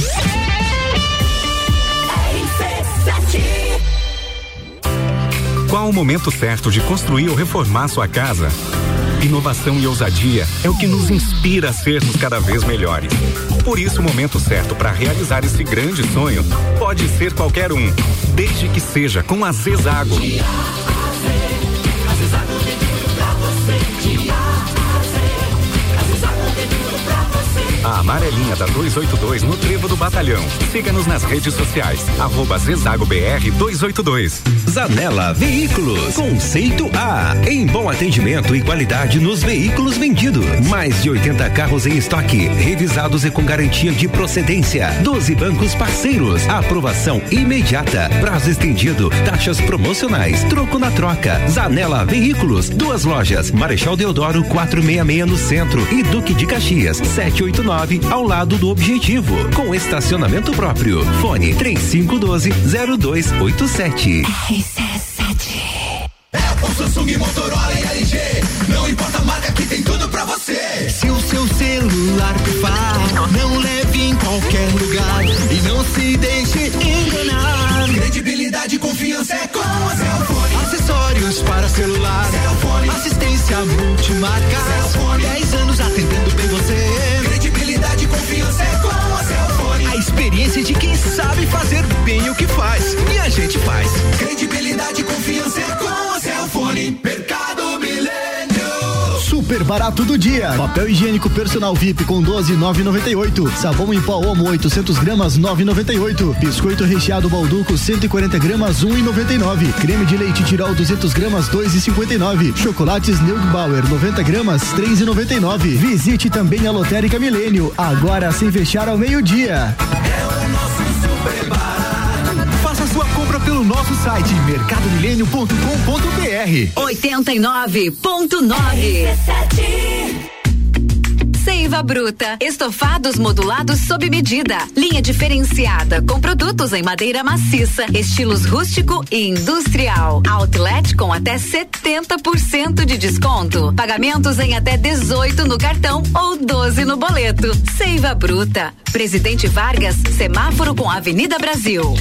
[SPEAKER 1] Qual o momento certo de construir ou reformar sua casa? Inovação e ousadia é o que nos inspira a sermos cada vez melhores. Por isso, o momento certo para realizar esse grande sonho pode ser qualquer um, desde que seja com a Zezago. A amarelinha da duzentos e oitenta e dois no Trevo do Batalhão. Siga-nos nas redes sociais, arroba Zezago B R duzentos e oitenta e dois.
[SPEAKER 10] Zanela Veículos, conceito A, em bom atendimento e qualidade nos veículos vendidos. Mais de oitenta carros em estoque, revisados e com garantia de procedência. doze bancos parceiros, aprovação imediata, prazo estendido, taxas promocionais, troco na troca. Zanela Veículos, duas lojas, Marechal Deodoro quatrocentos e sessenta e seis no centro e Duque de Caxias setecentos e oitenta e nove ao lado do Objetivo, com estacionamento próprio. Fone três cinco um dois, zero dois oito sete.
[SPEAKER 11] Apple, Samsung, Motorola e L G, não importa a marca, que tem tudo pra você.
[SPEAKER 12] Se o seu celular pifar, não leve em qualquer lugar e não se deixe enganar.
[SPEAKER 11] Credibilidade e confiança é com a Cellfone.
[SPEAKER 12] Acessórios para celular, Cellfone. Assistência multimarca, Cellfone. dez anos atendendo bem você.
[SPEAKER 11] Credibilidade e confiança é com a Cellfone.
[SPEAKER 12] A experiência de quem sabe fazer bem o que faz, e a gente faz.
[SPEAKER 11] Credibilidade e confiança é com a Cellfone. Mercado Milênio.
[SPEAKER 13] Super barato do dia. Papel higiênico personal V I P com doze, nove e noventa e oito. Sabão em pó Omo oitocentos gramas, nove e noventa e oito. Biscoito recheado Balduco cento e quarenta gramas, um e noventa e nove. Creme de leite Tirol duzentos gramas, dois e cinquenta e nove. Chocolates Neugbauer noventa gramas, três e noventa e nove. Visite também a Lotérica Milênio, agora sem fechar ao meio-dia.
[SPEAKER 11] É o nosso super barato.
[SPEAKER 12] Faça sua compra pelo nosso site mercado milênio ponto com ponto br.
[SPEAKER 14] oitenta e nove ponto nove. Seiva Bruta, estofados modulados sob medida, linha diferenciada com produtos em madeira maciça, estilos rústico e industrial. Outlet com até setenta por cento de desconto. Pagamentos em até dezoito no cartão ou doze no boleto. Seiva Bruta, Presidente Vargas, semáforo com Avenida Brasil.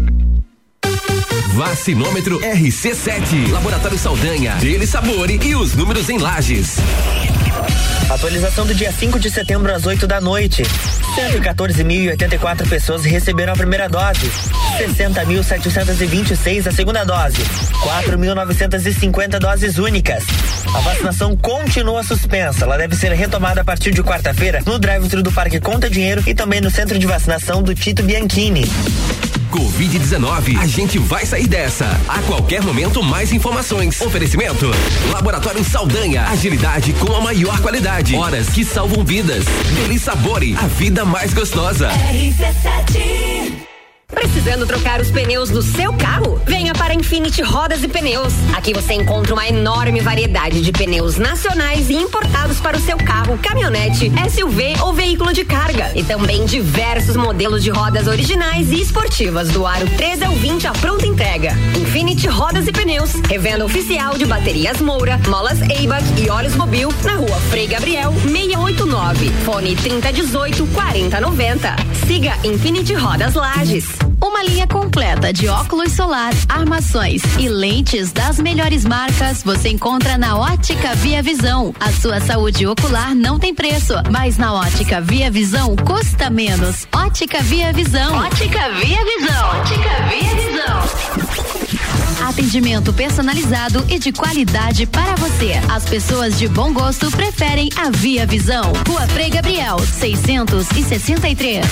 [SPEAKER 10] Vacinômetro R C sete, Laboratório Saldanha, Dele Sabore e os números em Lages.
[SPEAKER 15] Atualização do dia cinco de setembro às oito da noite. cento e quatorze mil e oitenta e quatro pessoas receberam a primeira dose. sessenta mil setecentos e vinte e seis a segunda dose. quatro mil novecentos e cinquenta doses únicas. A vacinação continua suspensa. Ela deve ser retomada a partir de quarta-feira no drive-thru do Parque Conta Dinheiro e também no centro de vacinação do Tito Bianchini.
[SPEAKER 10] covid dezenove, a gente vai sair dessa. A qualquer momento, mais informações. Oferecimento: Laboratório Saldanha, agilidade com a maior qualidade. Horas que salvam vidas. Deli Sabore, a vida mais gostosa.
[SPEAKER 11] R C sete.
[SPEAKER 16] Precisando trocar os pneus do seu carro? Venha para Infinity Rodas e Pneus. Aqui você encontra uma enorme variedade de pneus nacionais e importados para o seu carro, caminhonete, S U V ou veículo de carga. E também diversos modelos de rodas originais e esportivas, do aro treze ao vinte à pronta entrega. Infinity Rodas e Pneus, revenda oficial de baterias Moura, molas Eibach e óleos Mobil, na rua Frei Gabriel, seiscentos e oitenta e nove. Fone trinta dezoito, quarenta noventa. Siga Infinity Rodas Lages.
[SPEAKER 14] Uma linha completa de óculos solar, armações e lentes das melhores marcas você encontra na Ótica Via Visão. A sua saúde ocular não tem preço, mas na Ótica Via Visão custa menos. Ótica Via Visão. Ótica Via Visão. Ótica Via Visão. Atendimento personalizado e de qualidade para você. As pessoas de bom gosto preferem a Via Visão. Rua Frei Gabriel, seiscentos e sessenta e três.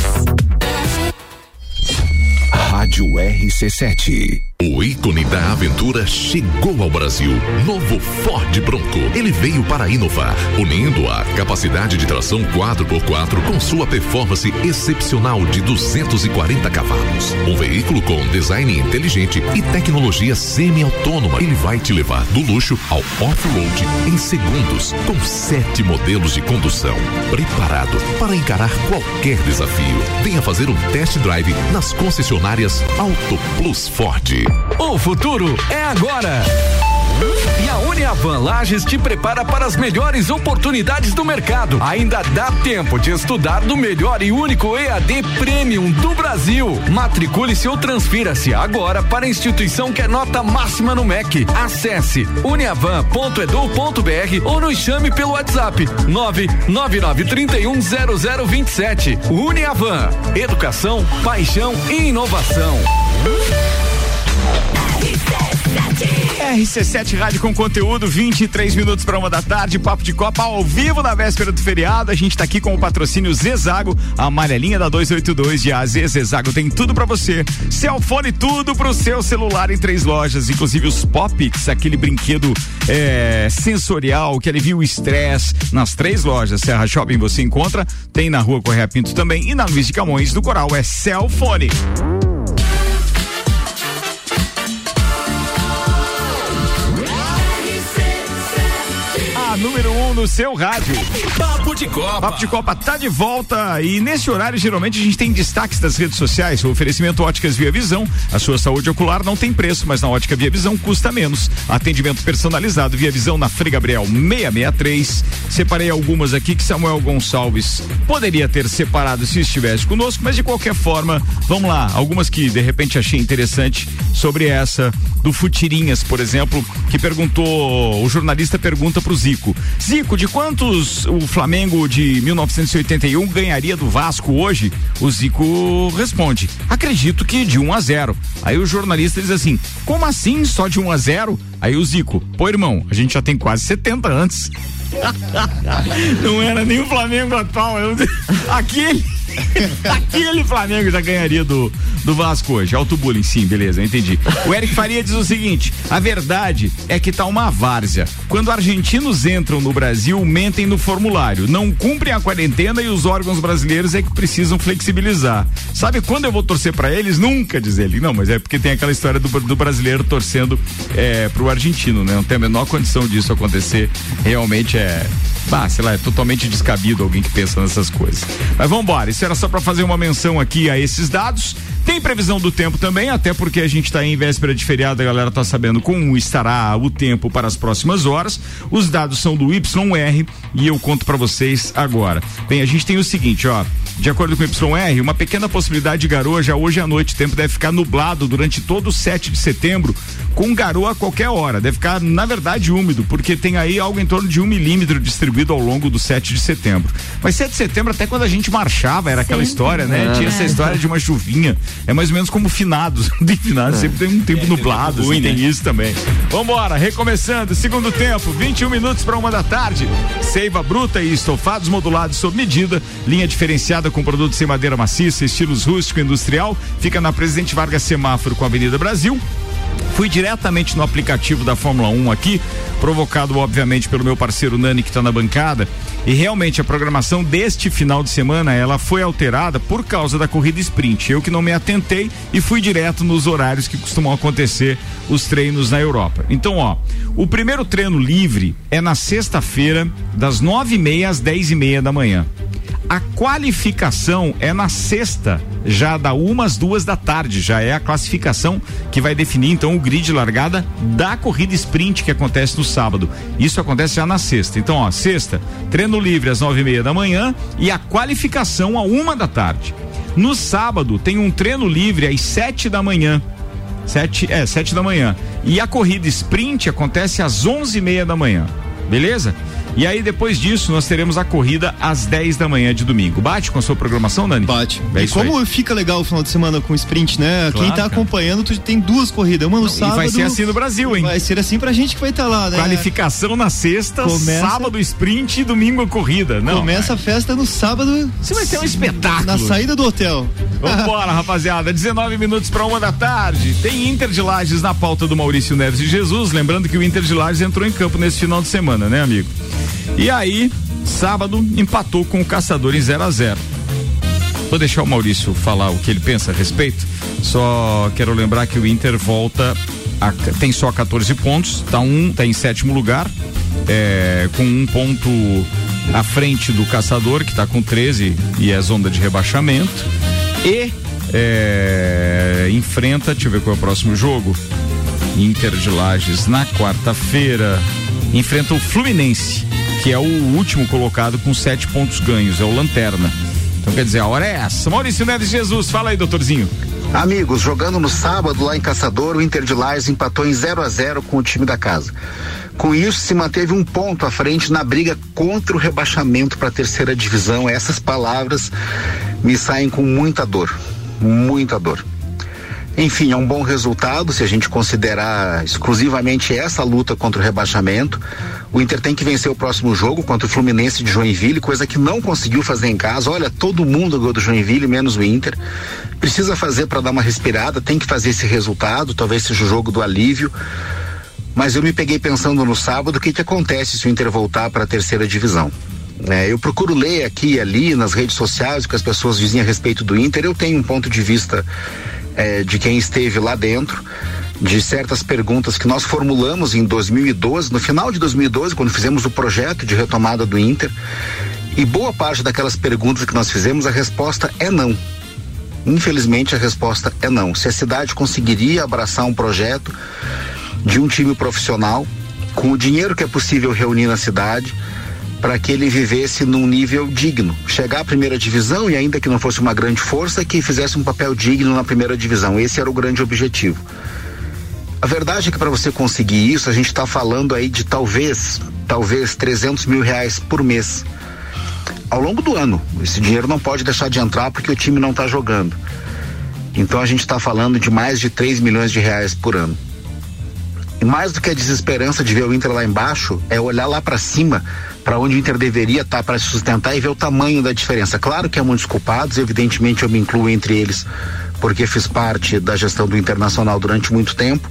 [SPEAKER 17] Rádio R C sete. O ícone da aventura chegou ao Brasil. Novo Ford Bronco. Ele veio para inovar, unindo a capacidade de tração quatro por quatro com sua performance excepcional de duzentos e quarenta cavalos. Um veículo com design inteligente e tecnologia semi-autônoma. Ele vai te levar do luxo ao off-road em segundos, com sete modelos de condução. Preparado para encarar qualquer desafio. Venha fazer um test drive nas concessionárias Auto Plus Ford.
[SPEAKER 18] O futuro é agora! E a Uniavan Lages te prepara para as melhores oportunidades do mercado. Ainda dá tempo de estudar no melhor e único E A D Premium do Brasil. Matricule-se ou transfira-se agora para a instituição que é nota máxima no M E C. Acesse uniavan ponto edu ponto br ou nos chame pelo WhatsApp nove nove nove três um zero zero dois sete. Uniavan, educação, paixão e inovação.
[SPEAKER 2] R C sete Rádio com conteúdo, vinte e três minutos para uma da tarde, Papo de Copa ao vivo na véspera do feriado. A gente tá aqui com o patrocínio Zezago, a amarelinha da duzentos e oitenta e dois de A a Z. Zezago tem tudo para você. Cellfone, tudo pro seu celular em três lojas, inclusive os Popix, aquele brinquedo é, sensorial que alivia o estresse. Nas três lojas Serra Shopping você encontra, tem na Rua Correia Pinto também e na Luiz de Camões do Coral é Cellfone. Número um no seu rádio.
[SPEAKER 18] Papo de Copa.
[SPEAKER 2] Papo de Copa tá de volta e nesse horário geralmente a gente tem destaques das redes sociais. O oferecimento Óticas Via Visão. A sua saúde ocular não tem preço, mas na Ótica Via Visão custa menos. Atendimento personalizado Via Visão na Frei Gabriel seiscentos e sessenta e três. Separei algumas aqui que Samuel Gonçalves poderia ter separado se estivesse conosco, mas de qualquer forma, vamos lá. Algumas que de repente achei interessante sobre essa do Futirinhas, por exemplo, que perguntou, o jornalista pergunta pro Zico. Zico, de quantos o Flamengo de mil novecentos e oitenta e um ganharia do Vasco hoje? O Zico responde, acredito que de um a zero. Aí o jornalista diz assim, como assim só de um a zero? Aí o Zico, pô irmão, a gente já tem quase setenta antes. Não era nem o Flamengo atual, eu... aquele aquele Flamengo já ganharia do, do Vasco hoje. Auto bullying, sim, beleza, eu entendi. O Eric Faria diz o seguinte, a verdade é que tá uma várzea. Quando argentinos entram no Brasil, mentem no formulário, não cumprem a quarentena e os órgãos brasileiros é que precisam flexibilizar. Sabe quando eu vou torcer pra eles? Nunca, diz ele. Não, mas é porque tem aquela história do, do brasileiro torcendo é, pro argentino, né? Não tem a menor condição disso acontecer. Realmente é, bah, sei lá, é totalmente descabido alguém que pensa nessas coisas. Mas vamos embora, isso era só para fazer uma menção aqui a esses dados. Tem previsão do tempo também, até porque a gente está em véspera de feriado, a galera tá sabendo como estará o tempo para as próximas horas. Os dados são do Y R e eu conto para vocês agora. Bem, a gente tem o seguinte, ó, de acordo com o Y R, uma pequena possibilidade de garoa já hoje à noite. O tempo deve ficar nublado durante todo o sete de setembro, com garoa a qualquer hora. Deve ficar, na verdade, úmido, porque tem aí algo em torno de um milímetro distribuído ao longo do sete de setembro. Mas sete de setembro, até quando a gente marchava, era aquela história, né? É. Tinha essa história de uma chuvinha. É mais ou menos como finados. De finados, é. Sempre tem um tempo é, nublado, é ruim, assim, né? Tem isso também. Vambora, recomeçando, segundo tempo, vinte e um minutos para uma da tarde. Seiva bruta e estofados modulados sob medida, linha diferenciada com produtos sem madeira maciça, estilos rústico e industrial, fica na Presidente Vargas Semáforo com a Avenida Brasil. Fui diretamente no aplicativo da Fórmula um aqui, provocado obviamente pelo meu parceiro Nani que está na bancada, E realmente a programação deste final de semana, ela foi alterada por causa da corrida sprint. Eu que não me atentei e fui direto nos horários que costumam acontecer os treinos na Europa. Então, ó, o primeiro treino livre é na sexta-feira, das nove e meia às dez e meia da manhã. A qualificação é na sexta, já da uma às duas da tarde, já é a classificação que vai definir então o grid de largada da corrida sprint que acontece no sábado. Isso acontece já na sexta. Então, ó, sexta, treino livre às nove e meia da manhã e a qualificação a uma da tarde. No sábado tem um treino livre às sete da manhã. Sete, é, sete da manhã. E a corrida sprint acontece às onze e meia da manhã. Beleza? E aí depois disso nós teremos a corrida às dez da manhã de domingo. Bate com a sua programação, Nani?
[SPEAKER 9] Bate.
[SPEAKER 2] É
[SPEAKER 9] e como aí. Fica legal o final de semana com o sprint, né?
[SPEAKER 2] Claro,
[SPEAKER 9] quem tá acompanhando, tu tem duas corridas, uma no Não, sábado.
[SPEAKER 2] E vai ser assim no Brasil, hein?
[SPEAKER 9] Vai ser assim pra gente que vai estar tá lá, né?
[SPEAKER 2] Qualificação na sexta,
[SPEAKER 9] Começa...
[SPEAKER 2] sábado sprint e domingo a corrida. Não,
[SPEAKER 9] Começa
[SPEAKER 2] vai.
[SPEAKER 9] a festa no sábado.
[SPEAKER 2] Você vai ter um espetáculo.
[SPEAKER 9] Na saída do hotel.
[SPEAKER 2] Vambora, rapaziada. dezenove minutos pra uma da tarde. Tem Inter de Lages na pauta do Maurício Neves e Jesus. Lembrando que o Inter de Lages entrou em campo nesse final de semana, né, amigo? E aí, sábado, empatou com o Caçador em zero a zero. Vou deixar o Maurício falar o que ele pensa a respeito. Só quero lembrar que o Inter volta, a, tem só catorze pontos, tá, um, tá em sétimo lugar, é, com um ponto à frente do Caçador, que tá com treze e é zona de rebaixamento. E é, enfrenta, deixa eu ver qual é o próximo jogo. Inter de Lages na quarta-feira enfrenta o Fluminense, que é o último colocado com sete pontos ganhos, é o Lanterna. Então quer dizer, a hora é essa. Maurício Neves Jesus, fala aí, doutorzinho.
[SPEAKER 6] Amigos, jogando no sábado lá em Caçador, o Inter de Lages empatou em zero a zero com o time da casa. Com isso, se manteve um ponto à frente na briga contra o rebaixamento para a terceira divisão. Essas palavras me saem com muita dor, muita dor. Enfim, é um bom resultado se a gente considerar exclusivamente essa luta contra o rebaixamento. O Inter tem que vencer o próximo jogo contra o Fluminense de Joinville, coisa que não conseguiu fazer em casa. Olha, todo mundo ganhou do Joinville, menos o Inter. Precisa fazer para dar uma respirada, tem que fazer esse resultado, talvez seja o jogo do alívio. Mas eu me peguei pensando no sábado, o que que acontece se o Inter voltar para a terceira divisão? É, eu procuro ler aqui e ali nas redes sociais o que as pessoas dizem a respeito do Inter. Eu tenho um ponto de vista é, de quem esteve lá dentro, de certas perguntas que nós formulamos em dois mil e doze, no final de dois mil e doze, quando fizemos o projeto de retomada do Inter, e boa parte daquelas perguntas que nós fizemos, a resposta é não. Infelizmente a resposta é não. Se a cidade conseguiria abraçar um projeto de um time profissional, com o dinheiro que é possível reunir na cidade, para que ele vivesse num nível digno, chegar à primeira divisão e ainda que não fosse uma grande força, que fizesse um papel digno na primeira divisão. Esse era o grande objetivo. A verdade é que para você conseguir isso, a gente está falando aí de talvez, talvez trezentos mil reais por mês ao longo do ano. Esse dinheiro não pode deixar de entrar porque o time não está jogando. Então a gente está falando de mais de três milhões de reais por ano. E mais do que a desesperança de ver o Inter lá embaixo, é olhar lá para cima, para onde o Inter deveria estar para se sustentar e ver o tamanho da diferença. Claro que há muitos culpados, evidentemente eu me incluo entre eles, porque fiz parte da gestão do Internacional durante muito tempo,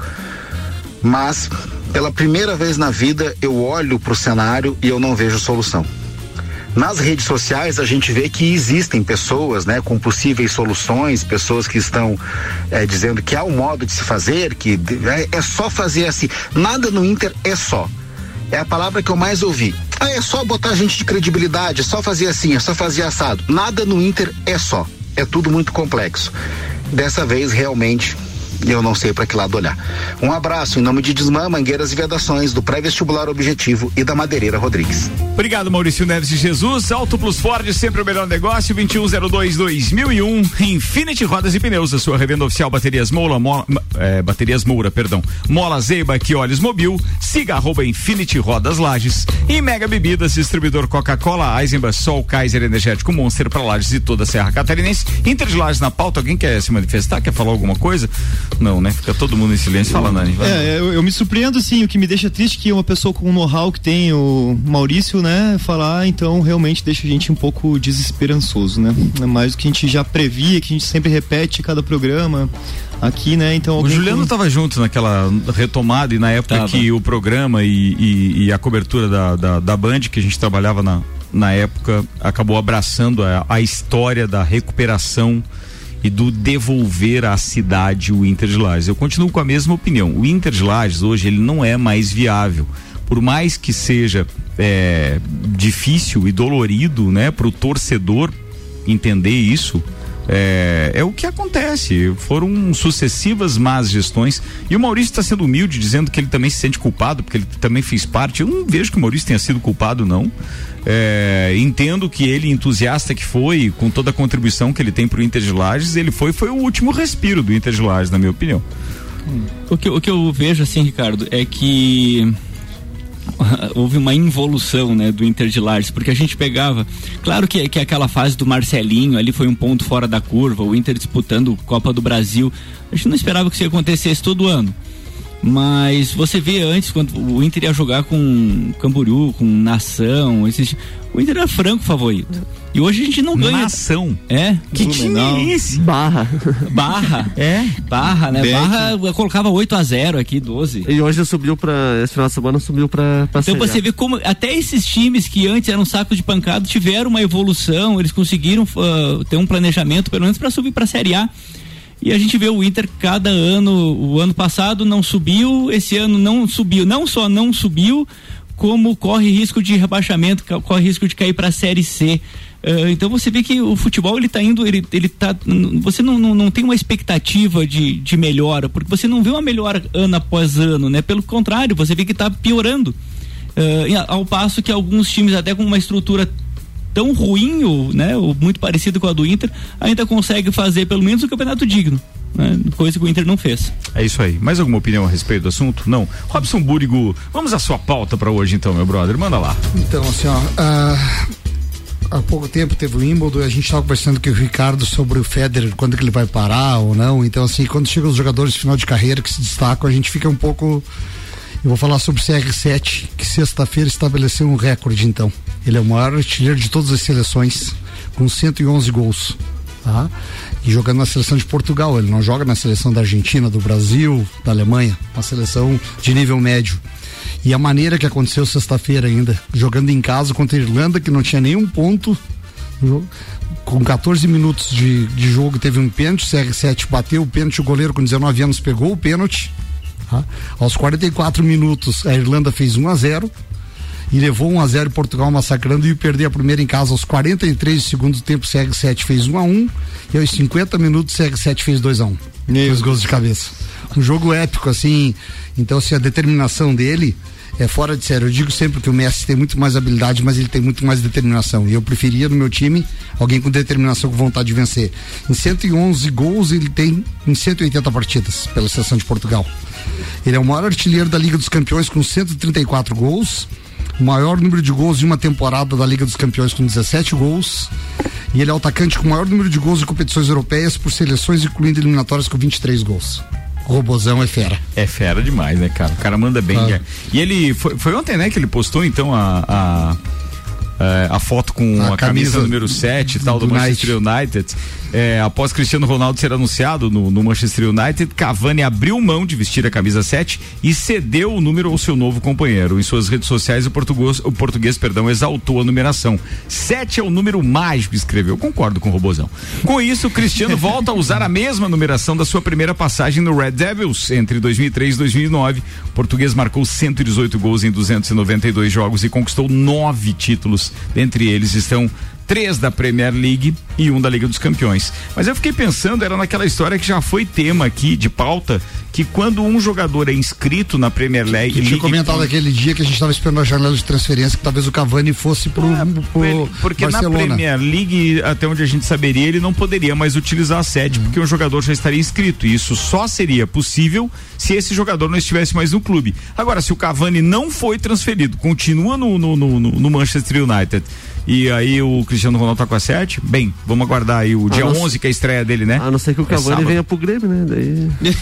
[SPEAKER 6] mas pela primeira vez na vida eu olho para o cenário e eu não vejo solução. Nas redes sociais a gente vê que existem pessoas, né, com possíveis soluções, pessoas que estão é, dizendo que há um modo de se fazer, que é, é só fazer assim. Nada no Inter é só. É a palavra que eu mais ouvi. Ah, é só botar gente de credibilidade, é só fazer assim, é só fazer assado. Nada no Inter é só. É tudo muito complexo. Dessa vez, realmente, eu não sei para que lado olhar. Um abraço em nome de Desmã, Mangueiras e Vedações, do Pré-Vestibular Objetivo e da Madeireira Rodrigues.
[SPEAKER 2] Obrigado, Maurício Neves de Jesus. Auto Plus Ford, sempre o melhor negócio. vinte e um zero dois dois mil e um. Infinity Rodas e Pneus, a sua revenda oficial. Baterias Moura, Mola, é, Baterias Moura, perdão. Mola, Zeiba, Quiolhos Mobil. Siga arroba Infinity Rodas Lages. E Mega Bebidas, distribuidor Coca-Cola, Eisenbach, Sol, Kaiser, Energético Monster para Lages e toda a Serra Catarinense. Inter de Lages na pauta. Alguém quer se manifestar? Quer falar alguma coisa? Não, né? Fica todo mundo em silêncio. Fala, Nani.
[SPEAKER 9] É, eu, eu me surpreendo, sim. O que me deixa triste é que uma pessoa com o know-how que tem o Maurício, né, falar, então realmente deixa a gente um pouco desesperançoso, né? É mais do que a gente já previa, que a gente sempre repete cada programa aqui, né? Então
[SPEAKER 2] o Juliano estava com... junto naquela retomada e na época tava. Que o programa e, e, e a cobertura da, da, da Band, que a gente trabalhava na na época, acabou abraçando a, a história da recuperação e do devolver à cidade o Inter de Lages. Eu continuo com a mesma opinião. O Inter de Lages hoje ele não é mais viável. Por mais que seja é, difícil e dolorido, né, para o torcedor entender isso, é, é o que acontece. Foram sucessivas más gestões e o Maurício está sendo humilde dizendo que ele também se sente culpado porque ele também fez parte. Eu não vejo que o Maurício tenha sido culpado, não. É, entendo que ele, entusiasta que foi, com toda a contribuição que ele tem para o Inter de Lages, ele foi, foi o último respiro do Inter de Lages, na minha opinião.
[SPEAKER 3] Hum. O que, o que eu vejo assim, Ricardo, é que houve uma involução, né, do Inter de Lages, porque a gente pegava, claro que, que aquela fase do Marcelinho ali foi um ponto fora da curva, o Inter disputando Copa do Brasil, a gente não esperava que isso acontecesse todo ano, mas você vê antes, quando o Inter ia jogar com Camboriú, com Nação, esses, o Inter era franco favorito, e hoje a gente não ganha.
[SPEAKER 2] Nação?
[SPEAKER 3] É.
[SPEAKER 2] Que time é esse?
[SPEAKER 5] Barra.
[SPEAKER 3] Barra. É? Barra, né? Beck. Barra eu colocava oito a zero aqui, doze.
[SPEAKER 5] E hoje subiu pra, esse final de semana subiu pra, pra
[SPEAKER 3] Então você vê como até esses times que antes eram sacos de pancada tiveram uma evolução, eles conseguiram uh, ter um planejamento pelo menos pra subir pra Série A. E a gente vê o Inter cada ano, o ano passado não subiu, esse ano não subiu, não só não subiu, como corre risco de rebaixamento, corre risco de cair para a Série C. Uh, então você vê que o futebol ele tá indo, ele, ele tá, você não, não, não tem uma expectativa de, de melhora, porque você não vê uma melhora ano após ano, né? Pelo contrário, você vê que tá piorando, uh, ao passo que alguns times até com uma estrutura tão ruim, ou, né, ou muito parecido com a do Inter, ainda consegue fazer pelo menos o campeonato digno, né, coisa que o Inter não fez.
[SPEAKER 2] É isso aí. Mais alguma opinião a respeito do assunto? Não. Robson Búrigo, vamos à sua pauta para hoje então, meu brother, manda lá.
[SPEAKER 4] Então, assim, ó, uh, há pouco tempo teve o Wimbledon, a gente estava conversando com o Ricardo sobre o Federer, quando que ele vai parar ou não, então assim, quando chegam os jogadores de final de carreira que se destacam, a gente fica um pouco... Eu vou falar sobre o C R sete, que sexta-feira estabeleceu um recorde, então. Ele é o maior artilheiro de todas as seleções, com cento e onze gols, tá? E jogando na seleção de Portugal, ele não joga na seleção da Argentina, do Brasil, da Alemanha, uma seleção de nível médio. E a maneira que aconteceu sexta-feira ainda, jogando em casa contra a Irlanda, que não tinha nenhum ponto, com quatorze minutos de, de jogo teve um pênalti, o C R sete bateu o pênalti, o goleiro com dezenove anos pegou o pênalti. Tá? Aos quarenta e quatro minutos a Irlanda fez um a zero e levou um a zero Portugal massacrando e perdeu a primeira em casa. Aos quarenta e três do segundo tempo o C R sete fez um a um e aos cinquenta minutos o C R sete fez dois a um. Dois gols de cabeça. Um jogo épico assim, então assim, a determinação dele é fora de sério. Eu digo sempre que o Messi tem muito mais habilidade, mas ele tem muito mais determinação. E eu preferia no meu time alguém com determinação, com vontade de vencer. Em cento e onze gols ele tem em cento e oitenta partidas pela seleção de Portugal. Ele é o maior artilheiro da Liga dos Campeões com cento e trinta e quatro gols. O maior número de gols em uma temporada da Liga dos Campeões com dezessete gols. E ele é o atacante com o maior número de gols em competições europeias por seleções, incluindo eliminatórias, com vinte e três gols. O Robozão é fera.
[SPEAKER 2] É fera demais, né, cara? O cara manda bem. Ah. E ele, foi, foi ontem, né, que ele postou, então, a... a... É, a foto com a, a camisa, camisa número sete e tal do, do Manchester United. É, após Cristiano Ronaldo ser anunciado no, no Manchester United, Cavani abriu mão de vestir a camisa sete e cedeu o número ao seu novo companheiro. Em suas redes sociais, o português, o português perdão, exaltou a numeração. sete é o número mágico, escreveu. Concordo com o Robozão. Com isso, Cristiano volta a usar a mesma numeração da sua primeira passagem no Red Devils entre dois mil e três e dois mil e nove. O português marcou cento e dezoito gols em duzentos e noventa e dois jogos e conquistou nove títulos. Dentre eles estão três da Premier League e um da Liga dos Campeões. Mas eu fiquei pensando, era naquela história que já foi tema aqui de pauta, que quando um jogador é inscrito na Premier League...
[SPEAKER 4] Eu tinha comentado com... aquele dia que a gente estava esperando a janela de transferência, que talvez o Cavani fosse pro, é, pro
[SPEAKER 2] porque
[SPEAKER 4] Barcelona.
[SPEAKER 2] Na Premier League, até onde a gente saberia, ele não poderia mais utilizar a sede, uhum. porque o jogador já estaria inscrito, e isso só seria possível se esse jogador não estivesse mais no clube. Agora, se o Cavani não foi transferido, continua no, no, no, no Manchester United, e aí o Cristiano Ronaldo tá com a sete, bem, vamos aguardar aí o dia não, onze, que é a estreia dele, né?
[SPEAKER 5] A não ser que o Cavani é venha pro Grêmio, né? Daí...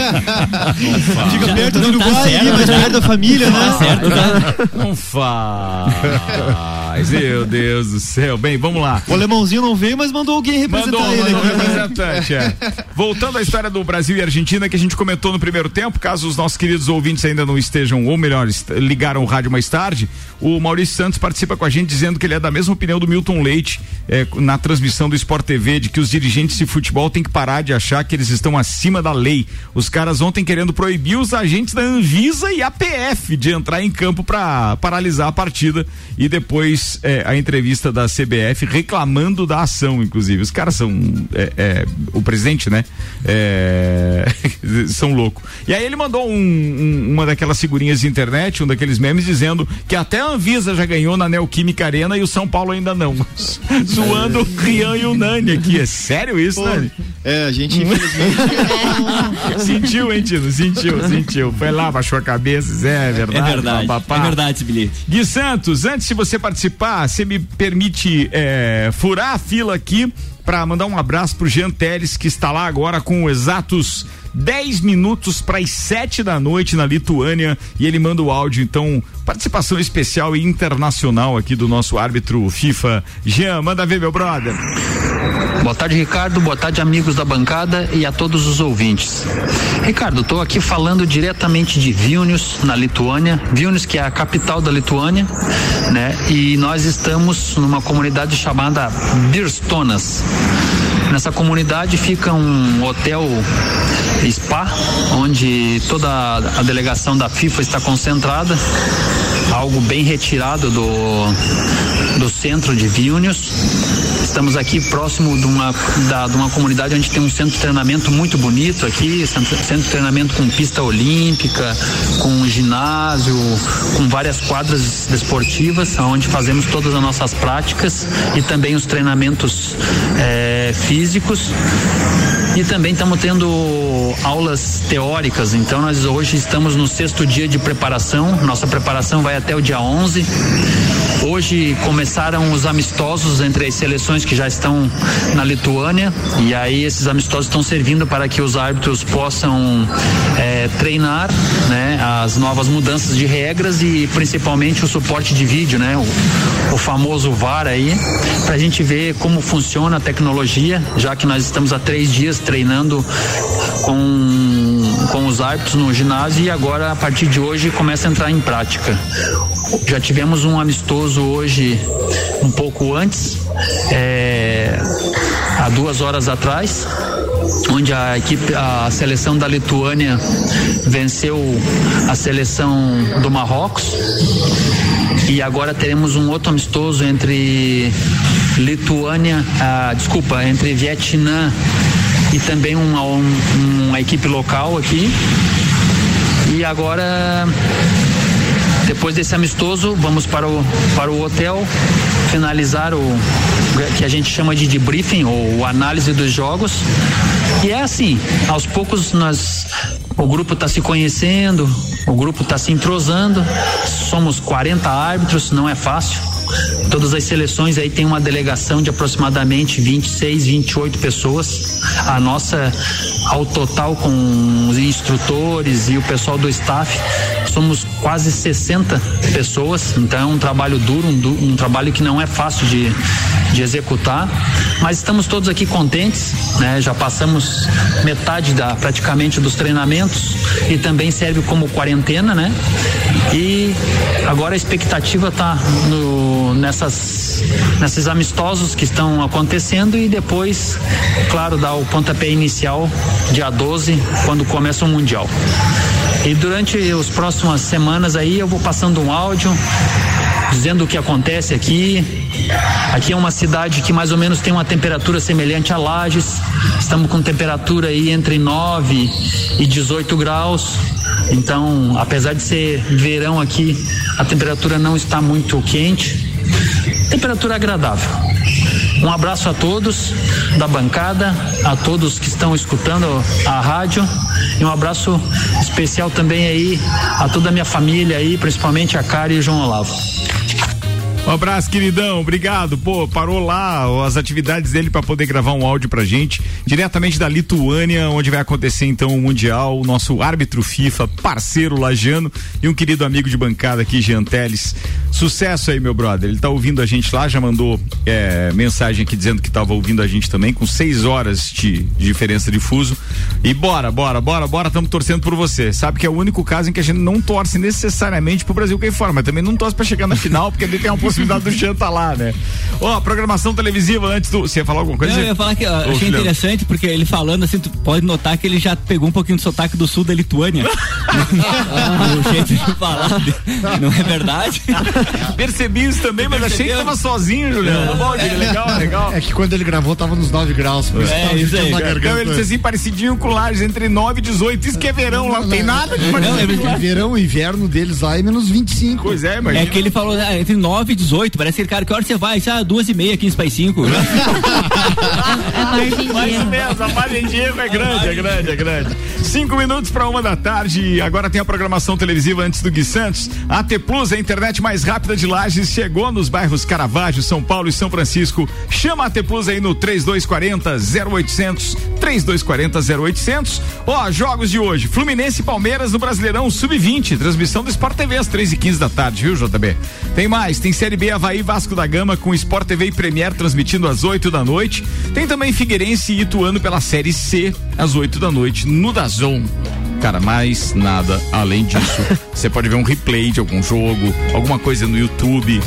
[SPEAKER 9] Fica perto do Uruguai, tá mais perto da família, né?
[SPEAKER 2] Tá certo, tá? Não faz. rapaz, meu Deus do céu. Bem, vamos lá.
[SPEAKER 9] O alemãozinho não veio, mas mandou alguém representar
[SPEAKER 2] mandou,
[SPEAKER 9] ele.
[SPEAKER 2] Mandou um representante, é. Voltando à história do Brasil e Argentina, que a gente comentou no primeiro tempo, caso os nossos queridos ouvintes ainda não estejam, ou melhor, ligaram o rádio mais tarde, o Maurício Santos participa com a gente dizendo que ele é da mesma opinião do Milton Leite, é, na transmissão do Sport T V, de que os dirigentes de futebol têm que parar de achar que eles estão acima da lei. Os caras ontem querendo proibir os agentes da Anvisa e a P F de entrar em campo para paralisar a partida, e depois é, a entrevista da C B F reclamando da ação, inclusive. Os caras são é, é, o presidente, né? É, são loucos. E aí ele mandou um, um, uma daquelas figurinhas de internet, um daqueles memes dizendo que até a Anvisa já ganhou na Neoquímica Arena e o São Paulo ainda não. Zoando o Rian e o Nani aqui. É sério isso, Pô, Nani?
[SPEAKER 9] É, a gente infelizmente
[SPEAKER 2] sentiu, hein, Tino? Sentiu, sentiu. Foi lá, baixou a cabeça. É verdade.
[SPEAKER 3] É verdade.
[SPEAKER 2] Papapá.
[SPEAKER 3] É verdade esse bilhete.
[SPEAKER 2] Gui Santos, antes de você participar, você me permite é, furar a fila aqui para mandar um abraço pro Jean Teles, que está lá agora com exatos dez minutos para as sete da noite na Lituânia, e ele manda o áudio, então, participação especial e internacional aqui do nosso árbitro FIFA. Jean, manda ver, meu brother.
[SPEAKER 19] Boa tarde, Ricardo, boa tarde, amigos da bancada e a todos os ouvintes. Ricardo, estou aqui falando diretamente de Vilnius, na Lituânia, Vilnius que é a capital da Lituânia, né? E nós estamos numa comunidade chamada Birstonas. Nessa comunidade fica um hotel spa, onde toda a delegação da FIFA está concentrada, algo bem retirado do, do centro de Vilnius. Estamos aqui próximo de uma, da, de uma comunidade onde tem um centro de treinamento muito bonito aqui, centro, centro de treinamento com pista olímpica, com ginásio, com várias quadras desportivas, onde fazemos todas as nossas práticas e também os treinamentos é, físicos. E também estamos tendo aulas teóricas, então nós hoje estamos no sexto dia de preparação, nossa preparação vai até o dia onze. Hoje começaram os amistosos entre as seleções que já estão na Lituânia, e aí esses amistosos estão servindo para que os árbitros possam é, treinar, né, as novas mudanças de regras e principalmente o suporte de vídeo, né, o, o famoso V A R aí, para a gente ver como funciona a tecnologia, já que nós estamos há três dias treinando com, com os árbitros no ginásio, e agora a partir de hoje começa a entrar em prática. Já tivemos um amistoso hoje um pouco antes, é, há duas horas atrás, onde a equipe, a seleção da Lituânia venceu a seleção do Marrocos, e agora teremos um outro amistoso entre Lituânia, ah, desculpa, entre Vietnã e também uma, um, uma equipe local aqui. E agora, depois desse amistoso, vamos para o, para o hotel finalizar o que a gente chama de debriefing, ou análise dos jogos. E é assim, aos poucos nós, o grupo está se conhecendo, o grupo está se entrosando, somos quarenta árbitros, não é fácil. Todas as seleções aí tem uma delegação de aproximadamente vinte e seis, vinte e oito pessoas. A nossa, ao total, com os instrutores e o pessoal do staff, somos quase sessenta pessoas. Então é um trabalho duro, um, um trabalho que não é fácil de, de executar, mas estamos todos aqui contentes, né? Já passamos metade da, praticamente dos treinamentos, e também serve como quarentena, né? E agora a expectativa está no, nessas, nesses amistosos que estão acontecendo, e depois, claro, dar o pontapé inicial dia doze, quando começa o Mundial. E durante as próximas semanas aí eu vou passando um áudio dizendo o que acontece aqui. Aqui é uma cidade que mais ou menos tem uma temperatura semelhante a Lages. Estamos com temperatura aí entre nove e dezoito graus. Então, apesar de ser verão aqui, a temperatura não está muito quente. Temperatura agradável. Um abraço a todos da bancada, a todos que estão escutando a rádio, e um abraço especial também aí a toda a minha família aí, principalmente a Cara e o João Olavo.
[SPEAKER 2] Um abraço, queridão, obrigado. Pô, parou lá as atividades dele para poder gravar um áudio pra gente, diretamente da Lituânia, onde vai acontecer então o Mundial, o nosso árbitro FIFA, parceiro lajano e um querido amigo de bancada aqui, Jean Teles. Sucesso aí, meu brother. Ele tá ouvindo a gente lá, já mandou é, mensagem aqui dizendo que tava ouvindo a gente também, com seis horas de, de diferença de fuso. E bora, bora, bora, bora, estamos torcendo por você. Sabe que é o único caso em que a gente não torce necessariamente pro Brasil cair fora, mas também não torce pra chegar na final, porque ele tem uma possibilidade do Jean tá lá, né? Ó, oh, programação televisiva antes do. Você ia falar alguma coisa?
[SPEAKER 3] Não, eu ia falar que ó, achei interessante, porque ele falando assim, tu pode notar que ele já pegou um pouquinho do sotaque do sul da Lituânia. O jeito de falar, não é verdade?
[SPEAKER 2] Percebi isso também, mas achei que tava sozinho, Juliano. É. Bom, é. legal, legal.
[SPEAKER 4] É que quando ele gravou tava nos nove graus. Por
[SPEAKER 2] é, isso aí. Então ele disse assim, parecidinho com Lages, entre nove e dezoito. Isso que é verão, lá não tem nada de
[SPEAKER 4] não, é verão, inverno deles lá é menos vinte e cinco.
[SPEAKER 2] Pois é, imagina.
[SPEAKER 3] É que ele falou ah, entre nove e dezoito. Parece aquele cara, que hora você vai? Ah, duas e meia aqui em Spy cinco.
[SPEAKER 2] Mais ou menos, a margem de erro é grande, é grande, é grande. Cinco minutos para uma da tarde. Agora tem a programação televisiva antes do Gui Santos. A T Plus, a internet mais rápida de Lages, chegou nos bairros Caravaggio, São Paulo e São Francisco. Chama a T Plus aí no três dois quatro zero zero oitocentos. três dois quatro zero oitocentos. Ó, jogos de hoje: Fluminense e Palmeiras no Brasileirão sub vinte. Transmissão do Sport T V às três e quinze da tarde, viu, J B? Tem mais, tem Série B, Avaí, Vasco da Gama com Sport T V e Premier transmitindo às oito da noite. Tem também Figueirense e Ituano pela Série C às oito da noite no DAZN. Cara, mais nada além disso. Você pode ver um replay de algum jogo, alguma coisa no YouTube.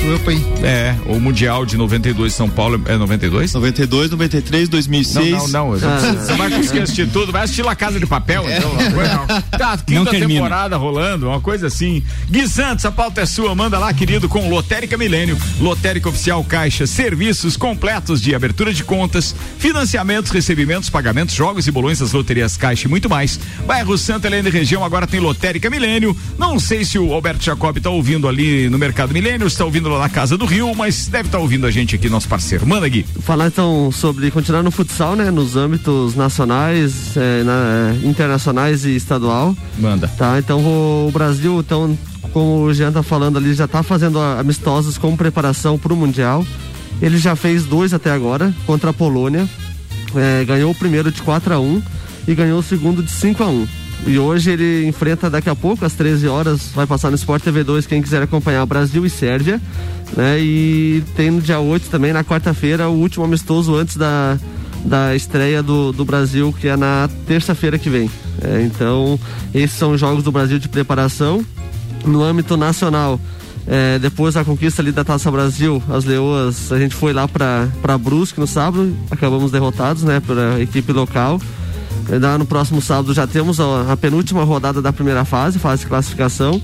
[SPEAKER 2] É, o Mundial de noventa e dois São Paulo, é noventa e dois?
[SPEAKER 9] noventa e dois, noventa e três, dois mil e seis.
[SPEAKER 2] Não, não, não. Ah. Você vai conseguir assistir tudo, vai assistir La Casa de Papel, é. então. Não. Tá, quinta temporada rolando, uma coisa assim. Gui Santos, a pauta é sua, manda lá, querido, com Lotérica Milênio, Lotérica Oficial Caixa, serviços completos de abertura de contas, financiamentos, recebimentos, pagamentos, jogos e bolões das loterias Caixa e muito mais. Bairro Santa Helena e região agora tem Lotérica Milênio. Não sei se o Alberto Jacob tá ouvindo ali no Mercado Milênio, está ouvindo lá na Casa do Rio, mas deve estar tá ouvindo a gente aqui, nosso parceiro. Manda, Gui.
[SPEAKER 5] Falar então sobre continuar no futsal, né? Nos âmbitos nacionais, é, na, é, internacionais e estadual.
[SPEAKER 2] Manda.
[SPEAKER 5] Tá, então o, o Brasil, então, como o Jean tá falando ali, já tá fazendo amistosos com preparação pro Mundial. Ele já fez dois até agora, contra a Polônia. É, ganhou o primeiro de quatro a um e ganhou o segundo de cinco a um. E hoje ele enfrenta daqui a pouco, às treze horas, vai passar no Sport T V dois, quem quiser acompanhar, Brasil e Sérvia, né? E tem no dia oito também, na quarta-feira, o último amistoso antes da, da estreia do, do Brasil, que é na terça-feira que vem. É, então, esses são os jogos do Brasil de preparação. No âmbito nacional, é, depois da conquista ali da Taça Brasil, as Leoas, a gente foi lá para para Brusque no sábado, acabamos derrotados, né, para a equipe local. No próximo sábado já temos a, a penúltima rodada da primeira fase, fase de classificação.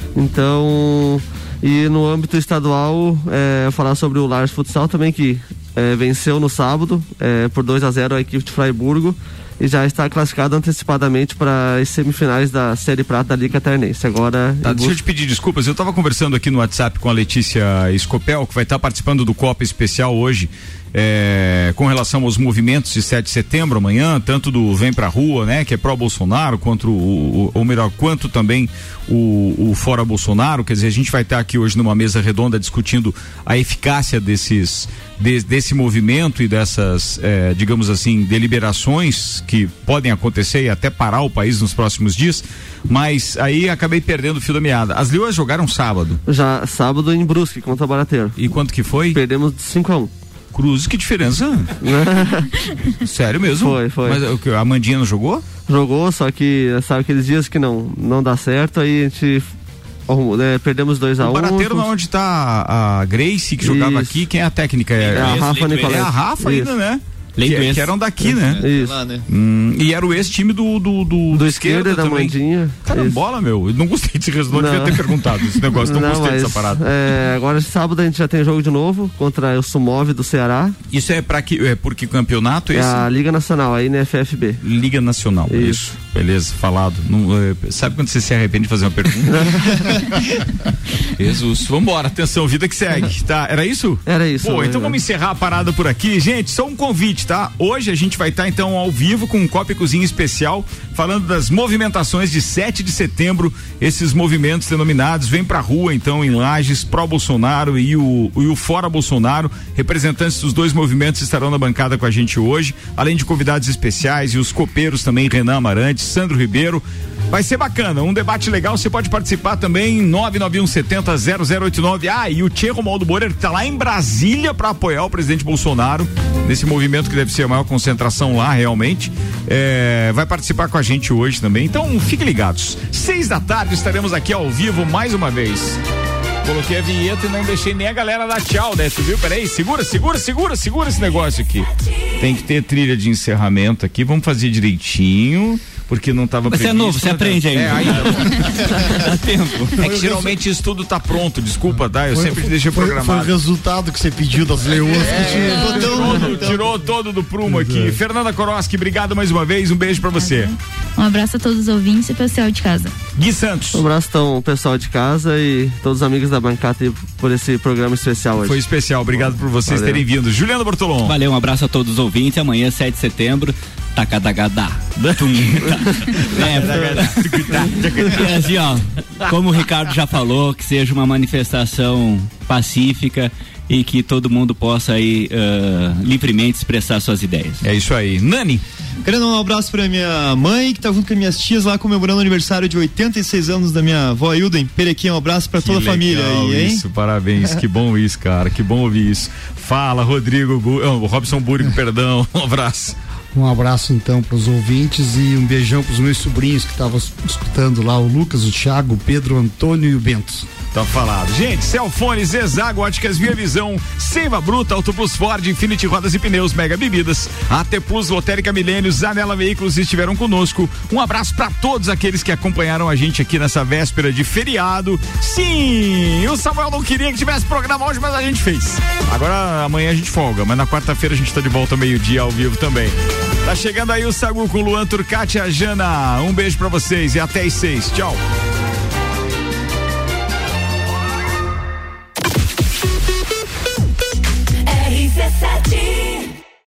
[SPEAKER 5] Então, e no âmbito estadual, é, falar sobre o Lages Futsal também, que é, venceu no sábado é, por dois a zero a equipe de Fraiburgo e já está classificado antecipadamente para as semifinais da Série Prata da Liga Catarinense. Agora,
[SPEAKER 2] tá, deixa eu te pedir desculpas, eu estava conversando aqui no WhatsApp com a Letícia Escopel, que vai estar participando do Copa Especial hoje. É, com relação aos movimentos de sete de setembro amanhã, tanto do Vem Pra Rua, né, que é pró-Bolsonaro, quanto o, o, ou melhor, quanto também o, o Fora Bolsonaro. Quer dizer, a gente vai estar aqui hoje numa mesa redonda discutindo a eficácia desses de, desse movimento e dessas, é, digamos assim, deliberações que podem acontecer e até parar o país nos próximos dias. Mas aí acabei perdendo o fio da meada. As Leoas jogaram sábado.
[SPEAKER 5] Já sábado em Brusque contra o Barateiro.
[SPEAKER 2] E quanto que foi?
[SPEAKER 5] Perdemos de cinco a um.
[SPEAKER 2] Cruz, que diferença? Sério mesmo?
[SPEAKER 5] Foi, foi.
[SPEAKER 2] Mas a Amandinha não jogou?
[SPEAKER 5] Jogou, só que sabe aqueles dias que não, não dá certo, aí a gente é, perdemos dois a um.
[SPEAKER 2] O Barateiro não, onde tá a Grace, que jogava Isso. aqui, quem é a técnica? É,
[SPEAKER 5] é a Rafa Nicolés.
[SPEAKER 2] É a Rafa ainda, né? Que, que eram daqui, né?
[SPEAKER 5] Isso.
[SPEAKER 9] Lá, né?
[SPEAKER 2] Hum, e era o ex-time do do, do,
[SPEAKER 5] do esquerda da Mandinha.
[SPEAKER 2] Carambola, meu. Eu não gostei desse resultado, não devia ter perguntado esse negócio, não, não gostei mas, dessa parada.
[SPEAKER 5] É, agora sábado a gente já tem jogo de novo contra o Sumov do Ceará.
[SPEAKER 2] Isso é para que é porque campeonato
[SPEAKER 5] é
[SPEAKER 2] esse?
[SPEAKER 5] A Liga Nacional, a N F F B.
[SPEAKER 2] Liga Nacional, isso. isso. Beleza, falado. Não, é, sabe quando você se arrepende de fazer uma pergunta? Jesus, vambora, atenção, vida que segue, tá? Era isso?
[SPEAKER 5] Era isso.
[SPEAKER 2] Pô, então vamos encerrar a parada por aqui. Gente, só um convite, tá? Hoje a gente vai estar tá, então ao vivo com um Copa e Cozinha especial, falando das movimentações de sete de setembro, esses movimentos denominados, vem pra rua então em Lages, pró-Bolsonaro e o, e o fora Bolsonaro, representantes dos dois movimentos estarão na bancada com a gente hoje, além de convidados especiais e os copeiros também, Renan Amarante, Sandro Ribeiro. Vai ser bacana, um debate legal, você pode participar também em nove nove um sete zero zero zero oito nove. Ah, e o Tchê Romualdo Borer que tá lá em Brasília para apoiar o presidente Bolsonaro, nesse movimento que deve ser a maior concentração lá realmente, é, vai participar com a gente hoje também, então fiquem ligados. Seis da tarde estaremos aqui ao vivo mais uma vez. Coloquei a vinheta e não deixei nem a galera dar tchau, né? Tu viu? Peraí, segura, segura, segura, segura esse negócio aqui. Tem que ter trilha de encerramento aqui, vamos fazer direitinho, porque não estava previsto.
[SPEAKER 3] Você é novo, você aprende ainda.
[SPEAKER 2] É, ainda.
[SPEAKER 3] Dá tempo.
[SPEAKER 2] É que geralmente isso tudo tá pronto, desculpa, tá? Eu foi, sempre deixei
[SPEAKER 4] foi,
[SPEAKER 2] programado.
[SPEAKER 4] Foi o resultado que você pediu das leoas.
[SPEAKER 2] É,
[SPEAKER 4] que
[SPEAKER 2] tirou, todo, tirou todo do prumo aqui. Fernanda Koroski, obrigado mais uma vez, um beijo pra você.
[SPEAKER 8] Um abraço a todos os ouvintes e pessoal de casa.
[SPEAKER 2] Gui Santos.
[SPEAKER 5] Um abraço então, pessoal de casa e todos os amigos da bancada por esse programa especial hoje.
[SPEAKER 2] Foi especial, obrigado por vocês Valeu. terem vindo. Juliano Bortolom.
[SPEAKER 3] Valeu, um abraço a todos os ouvintes. Amanhã, sete de setembro, tacadagadá. É, assim, ó, como o Ricardo já falou, que seja uma manifestação pacífica e que todo mundo possa aí uh, livremente expressar suas ideias.
[SPEAKER 2] É isso aí. Nani.
[SPEAKER 9] Quero dar um abraço pra minha mãe, que tá junto com as minhas tias lá comemorando o aniversário de oitenta e seis anos da minha avó Hilda em Perequim. Um abraço pra que toda a família aí, hein?
[SPEAKER 2] Isso, parabéns, que bom isso, cara, que bom ouvir isso. Fala, Rodrigo, Bu... oh, Robson Búrigo, perdão, um abraço.
[SPEAKER 4] Um abraço então para os ouvintes e um beijão para os meus sobrinhos que estavam escutando lá, o Lucas, o Thiago, o Pedro, o Antônio e o Bento.
[SPEAKER 2] Tá falado. Gente, Celfone, Zezago, Óticas Via Visão, Seiva Bruta, Auto Plus Ford, Infinity Rodas e Pneus, Mega Bebidas, A T Plus, Lotérica Milênios, Zanela Veículos estiveram conosco. Um abraço para todos aqueles que acompanharam a gente aqui nessa véspera de feriado. Sim, o Samuel não queria que tivesse programa hoje, mas a gente fez. Agora amanhã a gente folga, mas na quarta-feira a gente tá de volta meio-dia ao vivo também. Tá chegando aí o Sagu com Luan Turcati e a Jana. Um beijo pra vocês e até às seis. Tchau.